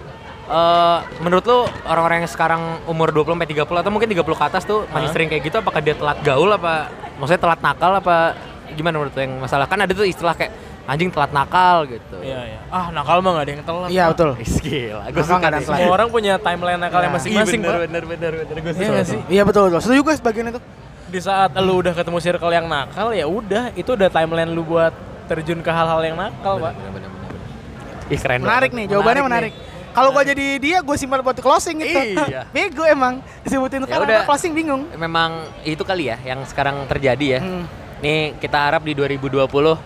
eh menurut lu orang-orang yang sekarang umur dua puluh sampai tiga puluh atau mungkin tiga puluh ke atas tuh masih Hah? sering kayak gitu apakah dia telat gaul apa maksudnya telat nakal apa gimana menurut lu yang masalah kan ada tuh istilah kayak anjing telat nakal gitu. Iya, iya. Ah, nakal mah nggak ada yang telat. Iya Pak. betul. Ih, gila. Gue Nakal suka nggak ada nih. telat. Semua orang punya timeline nakalnya Ya. masing-masing, Iya, Pak. bener, bener, bener, bener, bener. Gue Iya nggak sih? Iya betul betul. Setuju gue sebagian itu. Di saat lu udah ketemu circle yang nakal, ya udah, itu udah timeline lu buat terjun ke hal-hal yang nakal, Pak. Bener, bener, bener, bener. Ih, keren Menarik banget. nih, jawabannya menarik. Kalau gue jadi dia, gue simpan buat closing gitu. Iya. Bego emang disebutin Ya sekarang udah. gua closing bingung. Memang itu kali ya yang sekarang terjadi ya. Hmm. Nih kita harap di dua ribu dua puluh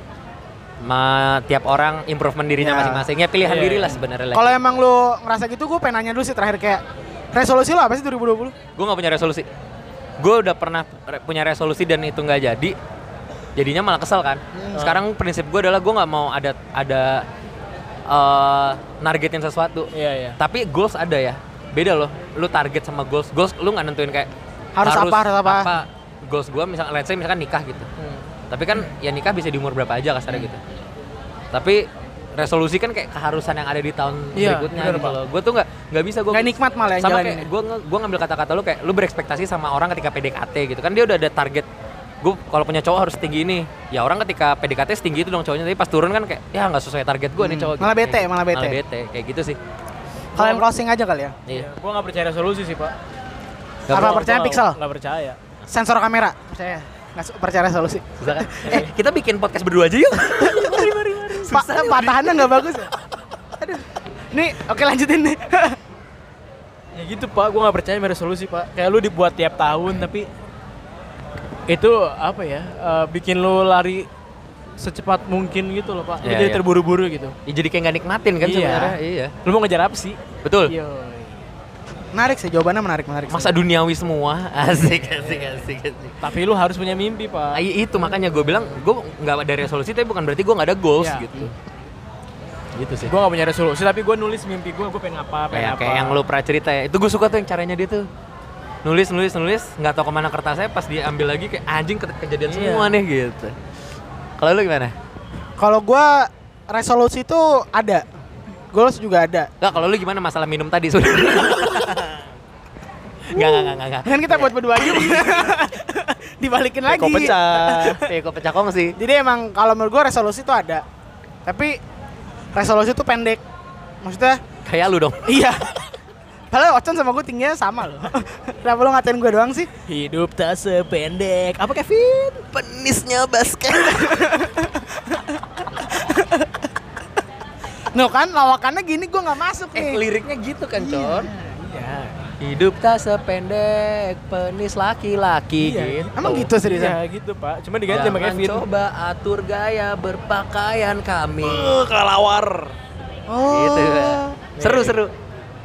ma, tiap orang improvement dirinya Ya. masing-masing. Ya pilihan Iya, diri iya. lah sebenarnya. Kalau emang lu ngerasa gitu, gue pengen nanya dulu sih terakhir kayak resolusi lo apa sih dua ribu dua puluh? gue nggak punya resolusi. Gue udah pernah re- punya resolusi dan itu nggak jadi. Jadinya malah kesel kan. Sekarang prinsip gue adalah gue nggak mau ada ada eh, nargetin sesuatu. Iya, iya. Tapi goals ada ya. Beda loh. Lu target sama goals. Goals lu nggak nentuin kayak Harus apa, harus apa. Goals gue misalkan let's say misalkan nikah gitu. Hmm. Tapi kan ya nikah bisa di umur berapa aja kasarnya gitu. Tapi resolusi kan kayak keharusan yang ada di tahun Iya, berikutnya bener, gitu Pak. loh. Gue tuh nggak nggak bisa gue Gak nikmat malah yang sama jalanin kayak ya. gue gue ngambil kata-kata lu kayak lu berekspektasi sama orang ketika P D K T gitu kan dia udah ada target gue kalau punya cowok harus tinggi ini ya orang ketika P D K T setinggi itu dong cowoknya tapi pas turun kan kayak ya nggak sesuai target gue nih Hmm, cowok malah gitu. bete, malah bete. malah bete kayak gitu sih Kalian closing aja kali ya. iya Gua nggak percaya resolusi sih, Pak. Gak Apa Gua- percaya gua pixel? Nggak percaya. Sensor kamera, percaya? Nggak su- percaya resolusi. susah kan eh kita bikin podcast berdua aja yuk Mari, mari, mari. Pa patahannya nggak bagus ya? Aduh. Nih, oke lanjutin nih. Ya gitu, Pak. Gua nggak percaya sama resolusi, Pak. Kayak lu dibuat tiap tahun tapi itu apa ya? eh, bikin lu lari secepat mungkin gitu loh, Pak. Lu Iya, jadi iya. terburu-buru gitu. ya, jadi kayak nggak nikmatin kan Iya. sebenarnya iya Lu mau ngejar apa sih? betul Yo. Menarik sih, jawabannya menarik, menarik. sih. masa duniawi semua asik asik asik asik Tapi lu harus punya mimpi, Pak. Ah, i- itu makanya gue bilang gue nggak ada resolusi tapi bukan berarti gue nggak ada goals Iya. gitu gitu sih Gue gak punya resolusi, tapi gue nulis mimpi gue, gue pengen apa, pengen kayak apa. kayak yang lu pernah cerita ya itu gue suka tuh yang caranya dia tuh nulis nulis nulis nggak tahu kemana kertasnya pas dia ambil lagi kayak anjing ke- kejadian Iya. semua nih gitu kalau lu gimana Kalau gua resolusi itu ada. Goals juga ada. nggak kalau lu gimana masalah minum tadi sudah nggak nggak nggak nggak Kan kita buat berdua aja. Dibalikin lagi. kok pecah eh kok pecah kongsi Jadi emang kalau menurut gua resolusi itu ada. Tapi resolusi itu pendek. Maksudnya kayak lu dong iya. Padahal Ocon sama gue tingginya sama loh. Kenapa lu ngatain gue doang sih? Hidup tak sependek. Apa Kevin? penisnya basket No kan lawakannya gini gue nggak masuk eh nih. liriknya gitu kan Con Iya. hidup tak sependek penis laki-laki Iya. gitu Emang gitu seriusan? Iya gitu, Pak. Cuma diganti sama Jangan Kevin. coba atur gaya berpakaian kami Uh, kelawar. Oh. gitu ya. Seru seru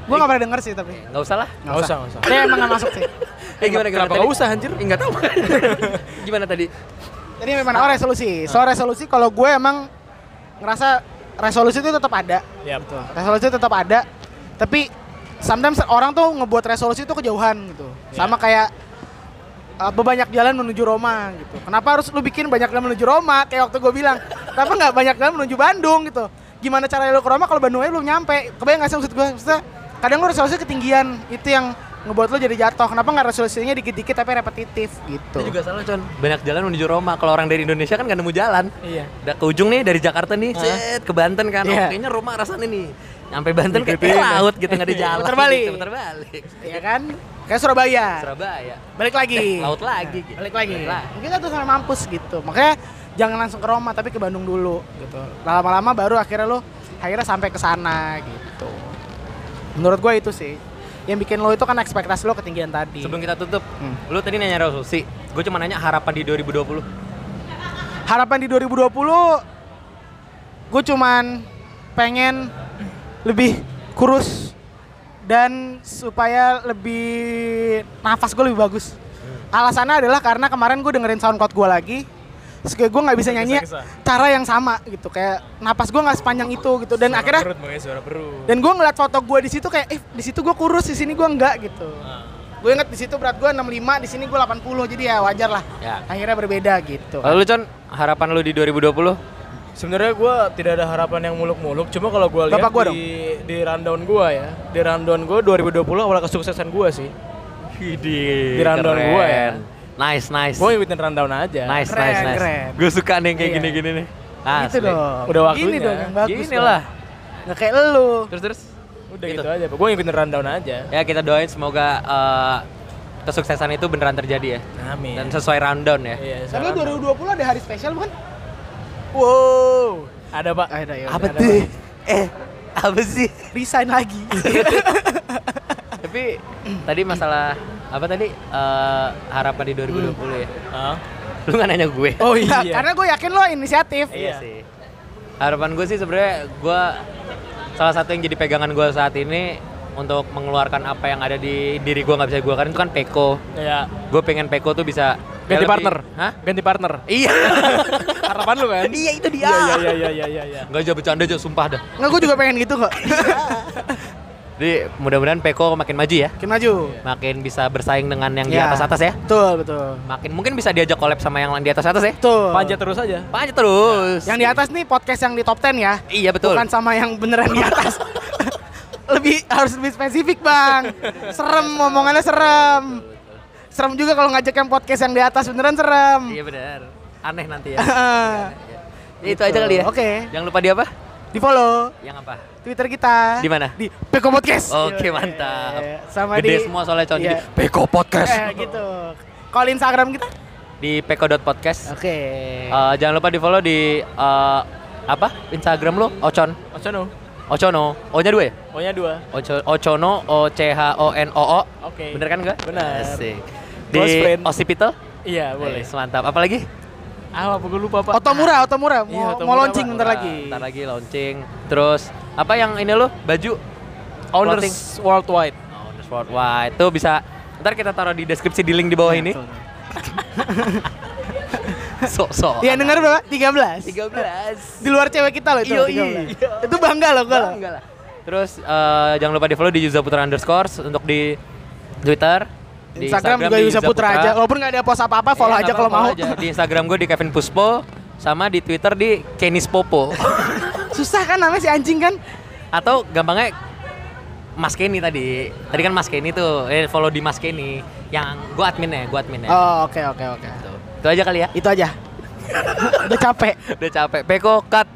Gue nggak pernah denger sih tapi. Nggak usah lah. Nggak usah, nggak usah. Dia emang nggak masuk sih. Eh gimana gimana Kenapa tadi? nggak usah anjir? Eh, nggak tahu. Gimana tadi? Jadi memang oh resolusi. Soal resolusi kalau gue emang ngerasa resolusi itu tetap ada. Iya Gitu. Resolusi tetap ada. Tapi sometimes orang tuh ngebuat resolusi itu kejauhan gitu. Ya. Sama kayak uh, banyak jalan menuju Roma gitu. Kenapa harus lu bikin banyak jalan menuju Roma? Kayak waktu gue bilang, kenapa nggak banyak jalan menuju Bandung gitu? Gimana caranya lu ke Roma kalau Bandungnya belum nyampe? Kebayang nggak sih maksud gue? Maksudnya kadang lu resolusi ketinggian, itu yang ngebuat lu jadi jatuh. Kenapa nggak resolusinya dikit-dikit tapi repetitif gitu? Itu juga salah, Con. Banyak jalan menuju Roma. Kalau orang dari Indonesia kan nggak nemu jalan. Iya. Udah ke ujung nih dari Jakarta nih, set ke Banten kan. Iya. Oh, kayaknya Roma rasanya nih. Nyampe Banten kayak Dikit-dikit. eh, laut gitu nggak ada jalan. Puter balik. Gitu, puter balik. Iya kan? Kayak Surabaya. Surabaya. Balik lagi. Eh, laut lagi. Gitu. Balik lagi. Balik lagi. Mungkin itu sampai mampus gitu. Makanya jangan langsung ke Roma tapi ke Bandung dulu gitu. Lama-lama baru akhirnya lo akhirnya sampai ke sana gitu. Menurut gue itu sih. Yang bikin lo itu kan ekspektasi lo ketinggian tadi. Sebelum kita tutup, Hmm. lu tadi nanya resolusi. Gue cuma nanya harapan di dua ribu dua puluh. Harapan di dua ribu dua puluh gue cuman pengen lebih kurus dan supaya lebih nafas gue lebih bagus. Alasannya adalah karena kemarin gue dengerin SoundCloud gue lagi, terus kayak gue nggak bisa nyanyi Kisah-kisah. cara yang sama gitu, kayak napas gue nggak sepanjang itu gitu, dan Suara akhirnya perut, makanya suara perut. dan gue ngeliat foto gue di situ kayak, eh di situ gue kurus, di sini gue enggak gitu. Nah. Gue inget di situ berat gue enam puluh lima, di sini gue delapan puluh, jadi ya wajar lah. Ya. Akhirnya berbeda gitu. Lalu Con, harapan lu di dua ribu dua puluh? Sebenarnya gue tidak ada harapan yang muluk-muluk, cuma kalau gue lihat Bapak gua di di rundown gue ya, di rundown gue dua ribu dua puluh awal kesuksesan gue sih. Di Di rundown gua ya. Nice, nice. Gue ngikutin rundown aja. Nice, Keren, nice, nice. keren. Gue suka nih yang kayak Iya. gini-gini nih. Gitu Asli. dong. Udah waktunya. Gini dong yang bagus. Gini dong. lah. Nggak kayak elu. Terus terus. Udah Gitu. gitu, aja. Gue ngikutin rundown aja. Ya kita doain semoga eh, kesuksesan itu beneran terjadi ya. Amin. Dan sesuai rundown ya. Iya, Tapi rundown. dua ribu dua puluh ada hari spesial bukan? Wow. Ada pak. Ada ya. Apa ada, tuh? Pak. Eh, apa sih? Resign lagi. Tapi tadi masalah apa tadi Eh, harapan di dua ribu dua puluh ya? Hah? Lu nggak nanya gue? Oh Nah, iya. karena gue yakin lo inisiatif. Iya. sih. Harapan gue sih sebenarnya gue salah satu yang jadi pegangan gue saat ini untuk mengeluarkan apa yang ada di diri gue nggak bisa gue keluarkan itu kan Peko. Iya. Gue pengen Peko tuh bisa Ganti lebih- partner. Hah? Ganti partner. Iya. Harapan lu kan? Iya itu dia. Iya iya iya iya iya iya. Nggak jauh bercanda aja sumpah dah. Nggak, gue juga pengen gitu kok. Jadi mudah-mudahan Peko makin maju ya. Makin maju. Makin bisa bersaing dengan yang di Ya. atas-atas ya. Betul, betul. Makin mungkin bisa diajak collab sama yang di atas-atas ya. Betul. Panjat terus aja. Panjat terus. Yang di atas nih podcast yang di top sepuluh ya. Iya betul. Bukan sama yang beneran di atas. Lebih harus lebih spesifik, Bang. Serem ngomongannya serem. Serem juga kalau ngajak yang podcast yang di atas, beneran serem. Iya benar. Aneh nanti ya. Heeh. Ya, itu aja kali ya. Oke. Jangan lupa di apa? Di follow Yang apa? Twitter kita. Di mana? Di Peko Podcast. Oke, Iya. mantap. Sama Gede di semua soalnya Con. Jadi Iya. Peko Podcast. Eh, gitu. Kalau Instagram kita? Di peko.podcast. Oke. Eh, jangan lupa di follow di eh, apa? Instagram lo Ocon. Ocono. Ocono. O-nya dua ya? O-nya dua. Oco, Ocono, O C H O N O O. Oke. Bener kan enggak? Benar. Asik. Close Di friend. Occipital? Iya boleh. Eh, mantap. Apa lagi? Ah apa gue lupa pak. Otomura, Otomura. Mau, Iya, Otomura, mau launching Pak. bentar lagi. Bentar lagi launching. Terus apa yang ini lo? Baju clothing. Owners worldwide. Owners Worldwide. Itu bisa ntar kita taruh di deskripsi di link di bawah ini. Sok-sok. Yang denger berapa? tiga belas. tiga belas. Di luar cewek kita loh itu. Yoi. tiga belas. Itu bangga loh gue loh. Enggak lah. Terus eh, jangan lupa di follow di Yuza Putra underscore untuk di Twitter. Di Instagram, juga di Yuza Putra aja. Walaupun nggak ada post apa-apa, follow Iya, aja nggak kalau apa-apa, mau. follow aja. Di Instagram gue di Kevin Puspo sama di Twitter di Kenis Popo. Susah kan namanya si anjing kan? Atau gampangnya Mas Kenny tadi. Tadi kan Mas Kenny tuh, eh follow di Mas Kenny. Yang gue admin ya, gue admin ya. Oh, oke oke oke. Tuh. Itu aja kali ya. Itu aja. Udah capek. Udah capek. Peko cut.